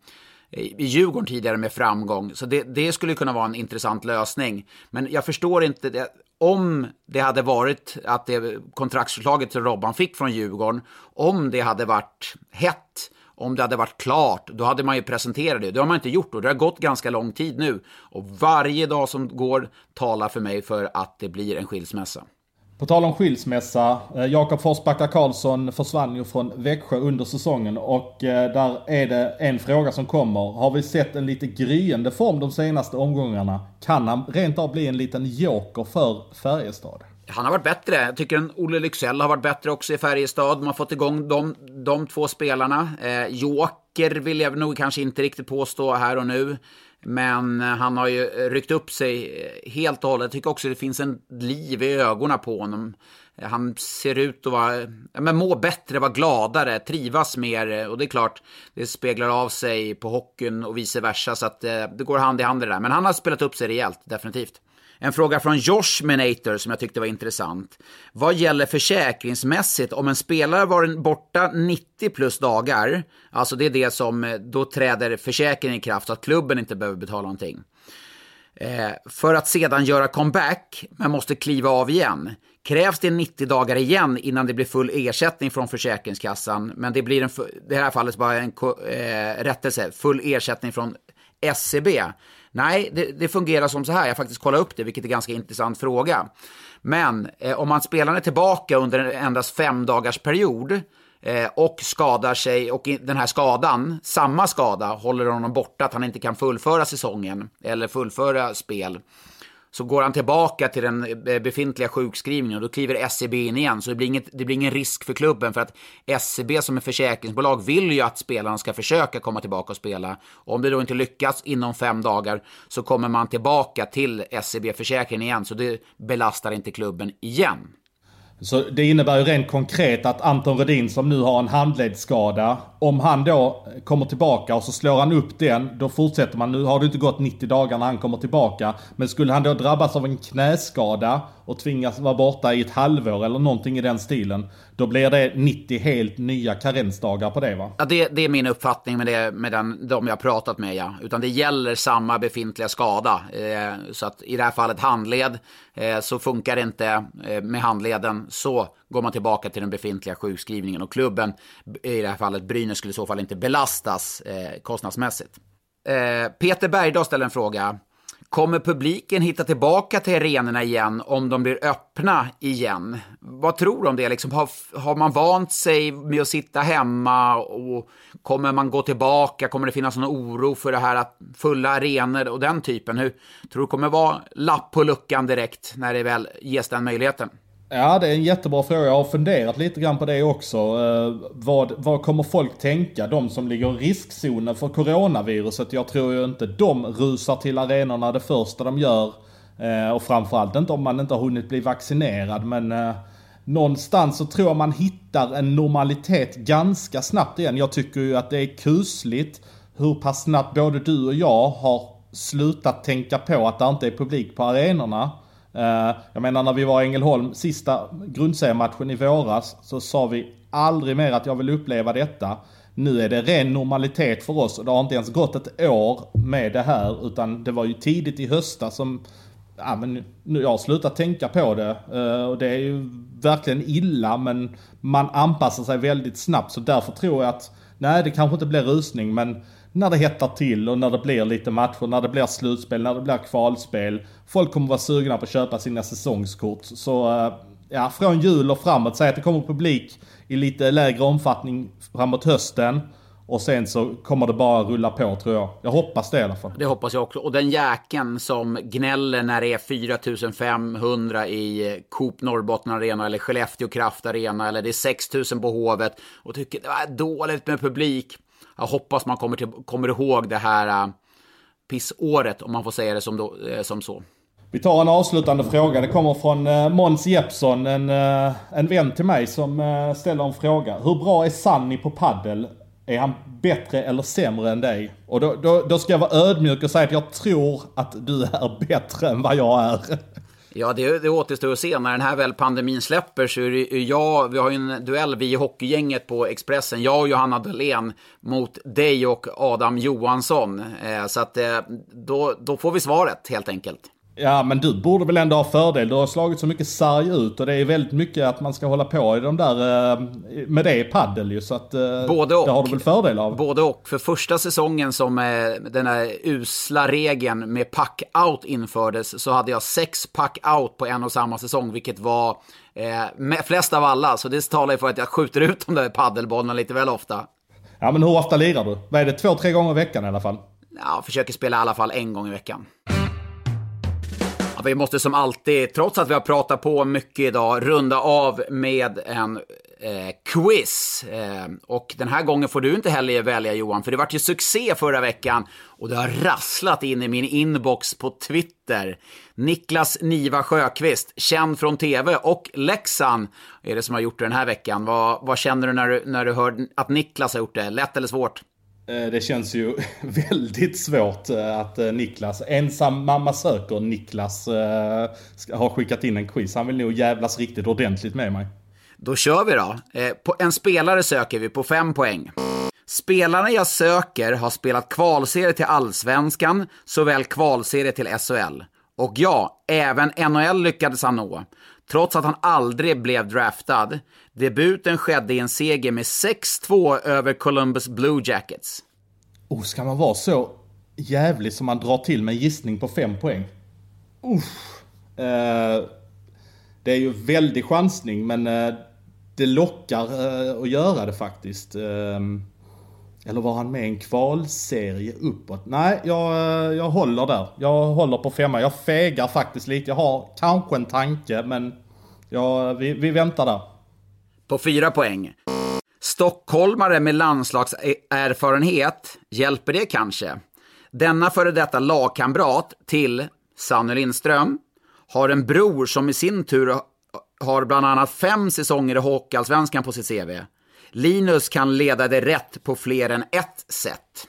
i Djurgården tidigare med framgång. Så det skulle kunna vara en intressant lösning. Men jag förstår inte det. Om det hade varit att det kontraktsförslaget som Robban fick från Djurgården, om det hade varit hett, om det hade varit klart, då hade man ju presenterat det. Det har man inte gjort och det har gått ganska lång tid nu. Och varje dag som går talar för mig för att det blir en skilsmässa. På tal om skilsmässa, Jakob Forsbacka Karlsson försvann ju från Växjö under säsongen och där är det en fråga som kommer. Har vi sett en lite gryende form de senaste omgångarna? Kan han rent av bli en liten joker för Färjestad? Han har varit bättre. Jag tycker att Olle Lycksell har varit bättre också i Färjestad. Man har fått igång de två spelarna. Joker vill jag nog kanske inte riktigt påstå här och nu. Men han har ju ryckt upp sig helt och hållet. Jag tycker också att det finns en liv i ögonen på honom. Han ser ut att må bättre, vara gladare, trivas mer. Och det är klart, det speglar av sig på hockeyn och vice versa. Så att det går hand i hand det där. Men han har spelat upp sig rejält, definitivt. En fråga från Josh Menator som jag tyckte var intressant. Vad gäller försäkringsmässigt om en spelare var borta 90 plus dagar, alltså det är det som då träder försäkringen i kraft så att klubben inte behöver betala någonting. För att sedan göra comeback men måste kliva av igen. Krävs det 90 dagar igen innan det blir full ersättning från Försäkringskassan, men det blir det här fallet bara en rättelse, full ersättning från SCB. Nej, det fungerar som så här. Jag faktiskt kollar upp det, vilket är en ganska intressant fråga. Men om man spelar är tillbaka under endast 5 dagars period och skadar sig, och den här skadan, samma skada, håller honom borta att han inte kan fullföra säsongen eller fullföra spel, så går han tillbaka till den befintliga sjukskrivningen och då kliver SCB in igen. Så det blir ingen risk för klubben, för att SCB som är försäkringsbolag vill ju att spelarna ska försöka komma tillbaka och spela. Och om det då inte lyckas inom 5 dagar så kommer man tillbaka till SCB-försäkringen igen, så det belastar inte klubben igen. Så det innebär ju rent konkret att Anton Rödin som nu har en handledsskada, om han då kommer tillbaka och så slår han upp den, då fortsätter man. Nu har det inte gått 90 dagar när han kommer tillbaka. Men skulle han då drabbas av en knäskada och tvingas vara borta i ett halvår eller någonting i den stilen, då blir det 90 helt nya karensdagar på det, va? Ja, det är min uppfattning med de jag har pratat med, ja. Utan det gäller samma befintliga skada. Så att i det här fallet handled, så funkar det inte med handleden, så går man tillbaka till den befintliga sjukskrivningen, och klubben, i det här fallet Brynäs, skulle i så fall inte belastas kostnadsmässigt. Peter Bergdahl ställer en fråga. Kommer publiken hitta tillbaka till arenorna igen om de blir öppna igen? Vad tror du om det? Liksom, har man vant sig med att sitta hemma, och kommer man gå tillbaka? Kommer det finnas någon oro för det här att fulla arenor och den typen? Hur tror du kommer vara lapp på luckan direkt när det väl ges den möjligheten? Ja, det är en jättebra fråga. Jag har funderat lite grann på det också. Vad kommer folk tänka? De som ligger i riskzonen för coronaviruset. Jag tror ju inte de rusar till arenorna det första de gör. Och framförallt inte om man inte har hunnit bli vaccinerad. Men någonstans så tror jag man hittar en normalitet ganska snabbt igen. Jag tycker ju att det är kusligt hur pass snabbt både du och jag har slutat tänka på att det inte är publik på arenorna. Jag menar, när vi var i Ängelholm sista grundseriematchen i våras, så sa vi aldrig mer att jag vill uppleva detta. Nu är det ren normalitet för oss, och det har inte ens gått ett år med det här, utan det var ju tidigt i höstas som men nu jag har slutat tänka på det, och det är ju verkligen illa, men man anpassar sig väldigt snabbt. Så därför tror jag att nej, det kanske inte blir rusning, men när det hettar till och när det blir lite matcher, när det blir slutspel, när det blir kvalspel, folk kommer vara sugna på att köpa sina säsongskort. Så ja, från jul och framåt, säg att det kommer publik i lite lägre omfattning framåt hösten, och sen så kommer det bara rulla på, tror jag. Jag hoppas det i alla fall. Det hoppas jag också. Och den jäkeln som gnäller när det är 4500 i Coop Norrbotten Arena eller Skellefteå Kraft Arena, eller det är 6000 på Hovet, och tycker det är dåligt med publik. Jag hoppas man kommer ihåg det här pissåret, om man får säga det som så. Vi tar en avslutande fråga. Det kommer från Måns Jeppsson, en vän till mig, som ställer en fråga. Hur bra är Sanni på paddel? Är han bättre eller sämre än dig? Och då ska jag vara ödmjuk och säga att jag tror att du är bättre än vad jag är. Ja, det återstår att se. När den här väl pandemin släpper, så är det vi har ju en duell, vi i hockeygänget på Expressen, jag och Johanna Dahlén mot dig och Adam Johansson. Så att då får vi svaret helt enkelt. Ja, men du borde väl ändå ha fördel. Du har slagit så mycket sarg ut, och det är väldigt mycket att man ska hålla på i de där med det i paddel ju, så att både och. Det har du väl fördel av. Både och. För första säsongen som den här usla regeln med pack-out infördes, så hade jag 6 pack-out på en och samma säsong, vilket var flest av alla. Så det talar ju för att jag skjuter ut de där paddelbollarna lite väl ofta. Ja, men hur ofta lirar du? Vad är det, 2-3 gånger i veckan i alla fall? Ja, försöker spela i alla fall 1 gång i veckan. Vi måste som alltid, trots att vi har pratat på mycket idag, runda av med en quiz. Och den här gången får du inte heller välja, Johan, för det var ju succé förra veckan och det har rasslat in i min inbox på Twitter. Niklas Niva Sjöqvist, känd från TV och Leksand, är det som har gjort det den här veckan. Vad känner du när du hör att Niklas har gjort det? Lätt eller svårt? Det känns ju väldigt svårt att Niklas, ensam mamma söker Niklas, har skickat in en quiz. Han vill nog jävlas riktigt ordentligt med mig. Då kör vi då. På en spelare söker vi på 5 poäng. Spelarna jag söker har spelat kvalserie till Allsvenskan, såväl kvalserie till SHL. Och ja, även NHL lyckades han nå, trots att han aldrig blev draftad. Debuten skedde i en seger med 6-2 över Columbus Blue Jackets. Ska man vara så jävlig som man drar till med gissning på 5 poäng? Det är ju väldigt chansning, men det lockar att göra det faktiskt. Eller var han med i en kvalserie uppåt? Nej, jag håller där. Jag håller på 5. Jag fegar faktiskt lite. Jag har kanske en tanke, men vi väntar där. På 4 poäng. Stockholmare med landslagserfarenhet, hjälper det kanske? Denna före detta lagkamrat till Sanne Lindström har en bror som i sin tur har bland annat 5 säsonger i Hockeyallsvenskan på sitt CV. Linus kan leda det rätt på fler än ett sätt.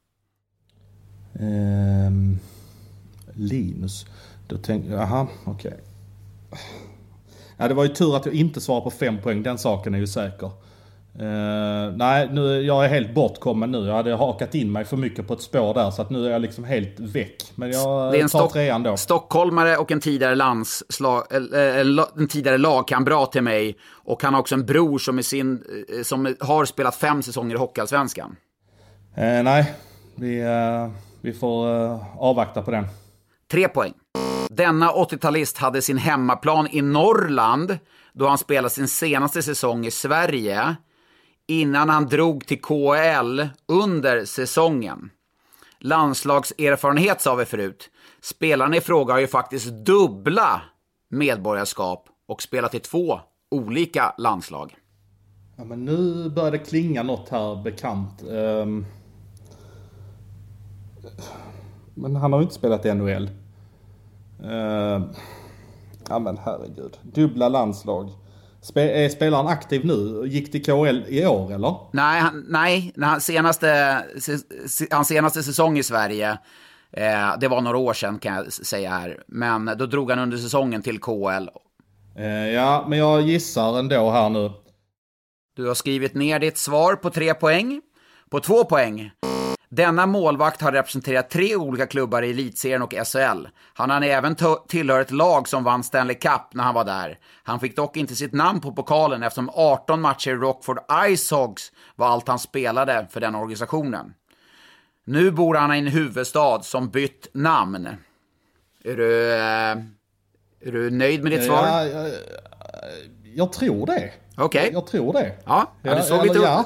Linus. Då tänkte jag, aha, okej. Ja, det var ju tur att jag inte svarade på 5 poäng. Den saken är ju säker. Nej, nu, jag är helt bortkommen nu. Jag hade hakat in mig för mycket på ett spår där, så att nu är jag liksom helt väck. Men jag tar 3:an då. Stockholmare och en tidigare en tidigare lagkamrat till mig, och han har också en bror som har spelat 5 säsonger i Hockeyallsvenskan. Nej, vi får avvakta på den. 3 poäng. Denna 80-talist hade sin hemmaplan i Norrland då han spelade sin senaste säsong i Sverige, innan han drog till KHL under säsongen. Landslagserfarenhet sa vi förut. Spelaren i fråga har ju faktiskt dubbla medborgarskap och spelat i 2 olika landslag. Ja, men nu börjar det klinga något här bekant. Men han har ju inte spelat i NHL. Ja men herregud. Dubbla landslag. Spelar han aktiv nu? Gick till KHL i år eller? Nej, hans senaste säsong i Sverige, det var några år sedan kan jag säga här. Men då drog han under säsongen till KHL. Ja, men jag gissar ändå här nu. Du har skrivit ner ditt svar på 3 poäng. På 2 poäng. Denna målvakt har representerat 3 olika klubbar i Elitserien och SHL. Han har även tillhört ett lag som vann Stanley Cup när han var där. Han fick dock inte sitt namn på pokalen eftersom 18 matcher i Rockford Ice Hogs var allt han spelade för den organisationen. Nu bor han i en huvudstad som bytt namn. Är du nöjd med ditt svar? Jag tror det. Okej. Jag tror det. Ja, du såg lite...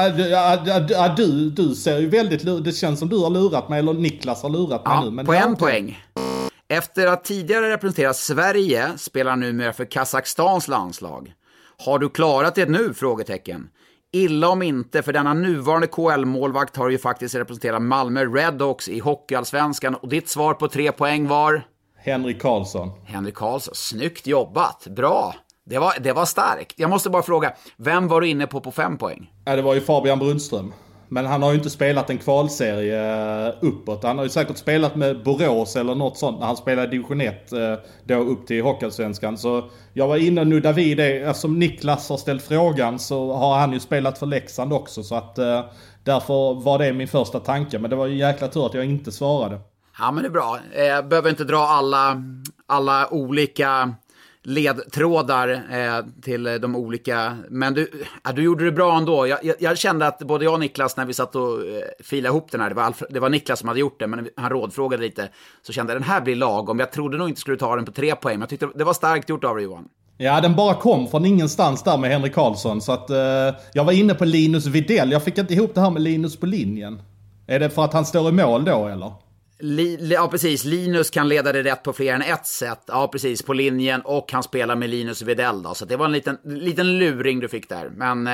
Du ser ju väldigt... Det känns som du har lurat mig, eller Niklas har lurat mig nu. Men på 1 poäng. Efter att tidigare representera Sverige spelar han numera för Kazakstans landslag. Har du klarat det nu? Frågetecken. Illa om inte, för denna nuvarande KL-målvakt har ju faktiskt representerat Malmö Redhawks i Hockeyallsvenskan. Och ditt svar på 3 poäng var? Henrik Karlsson. Henrik Karlsson, snyggt jobbat. Bra. Det var starkt. Jag måste bara fråga, vem var du inne på 5 poäng? Ja, det var ju Fabian Brunström. Men han har ju inte spelat en kvalserie uppåt. Han har ju säkert spelat med Borås eller något sånt när han spelade division 1 då upp till Hockeyallsvenskan. Så jag var inne nu David, eftersom Niklas har ställt frågan så har han ju spelat för Leksand också. Så att därför var det min första tanke. Men det var ju jäkla tur att jag inte svarade. Ja, men det är bra. Jag behöver inte dra alla olika ledtrådar till de olika, men du gjorde det bra ändå. Jag kände att både jag och Niklas när vi satt och filade ihop den här, det var Niklas som hade gjort det, men han rådfrågade lite, så kände jag den här blir lagom. Jag trodde nog inte skulle ta den på 3 poäng, men jag tyckte det var starkt gjort av dig, Johan. Ja, den bara kom från ingenstans där med Henrik Karlsson, så att jag var inne på Linus Widell. Jag fick inte ihop det här med Linus på linjen. Är det för att han står i mål då, eller? Ja, precis. Linus kan leda det rätt på fler än ett sätt. Ja, precis. På linjen, och han spelar med Linus Widell då. Så det var en liten luring du fick där. Men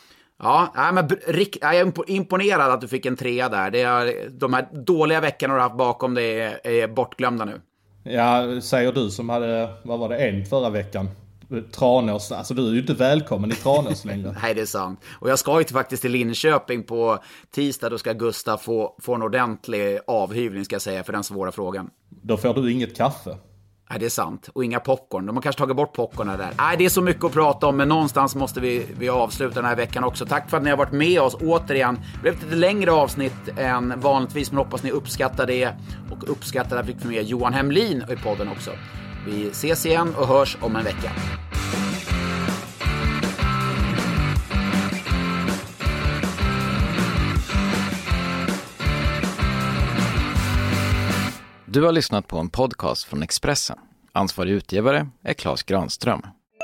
jag är imponerad att du fick en 3 där. De här dåliga veckorna du har haft bakom dig är bortglömda nu. Ja, säger du som hade, vad var det, en förra veckan? Tranås, alltså du är ju inte välkommen i Tranås längre. Nej, det är sant. Och jag ska ju faktiskt till Linköping på tisdag. Då ska Gustav få en ordentlig avhyvling, ska jag säga, för den svåra frågan. Då får du inget kaffe. Nej, det är sant. Och inga popcorn. De har kanske tagit bort popcorn där. Nej, det är så mycket att prata om, men någonstans måste vi avsluta den här veckan också. Tack för att ni har varit med oss återigen. Det blev ett längre avsnitt än vanligtvis, men hoppas ni uppskattar det. Och uppskattar att vi fick med Johan Hemlin i podden också. Vi ses igen och hörs om en vecka. Du har lyssnat på en podcast från Expressen. Ansvarig utgivare är Claes Granström.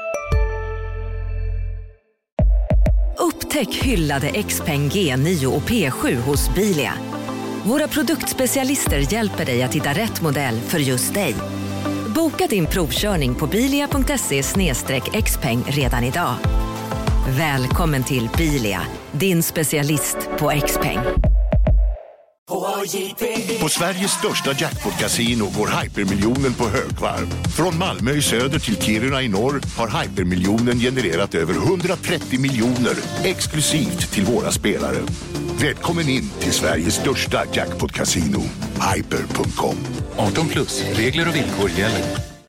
Upptäck hyllade XPeng G9 och P7 hos Bilia. Våra produktspecialister hjälper dig att hitta rätt modell för just dig. Boka din provkörning på bilia.se/xpeng redan idag. Välkommen till Bilia, din specialist på XPeng. På Sveriges största jackpot-casino går hypermiljonen på högvarv. Från Malmö i söder till Kiruna i norr har hypermiljonen genererat över 130 miljoner exklusivt till våra spelare. Välkommen in till Sveriges största jackpot-casino, hyper.com. 18+, regler och villkor gäller.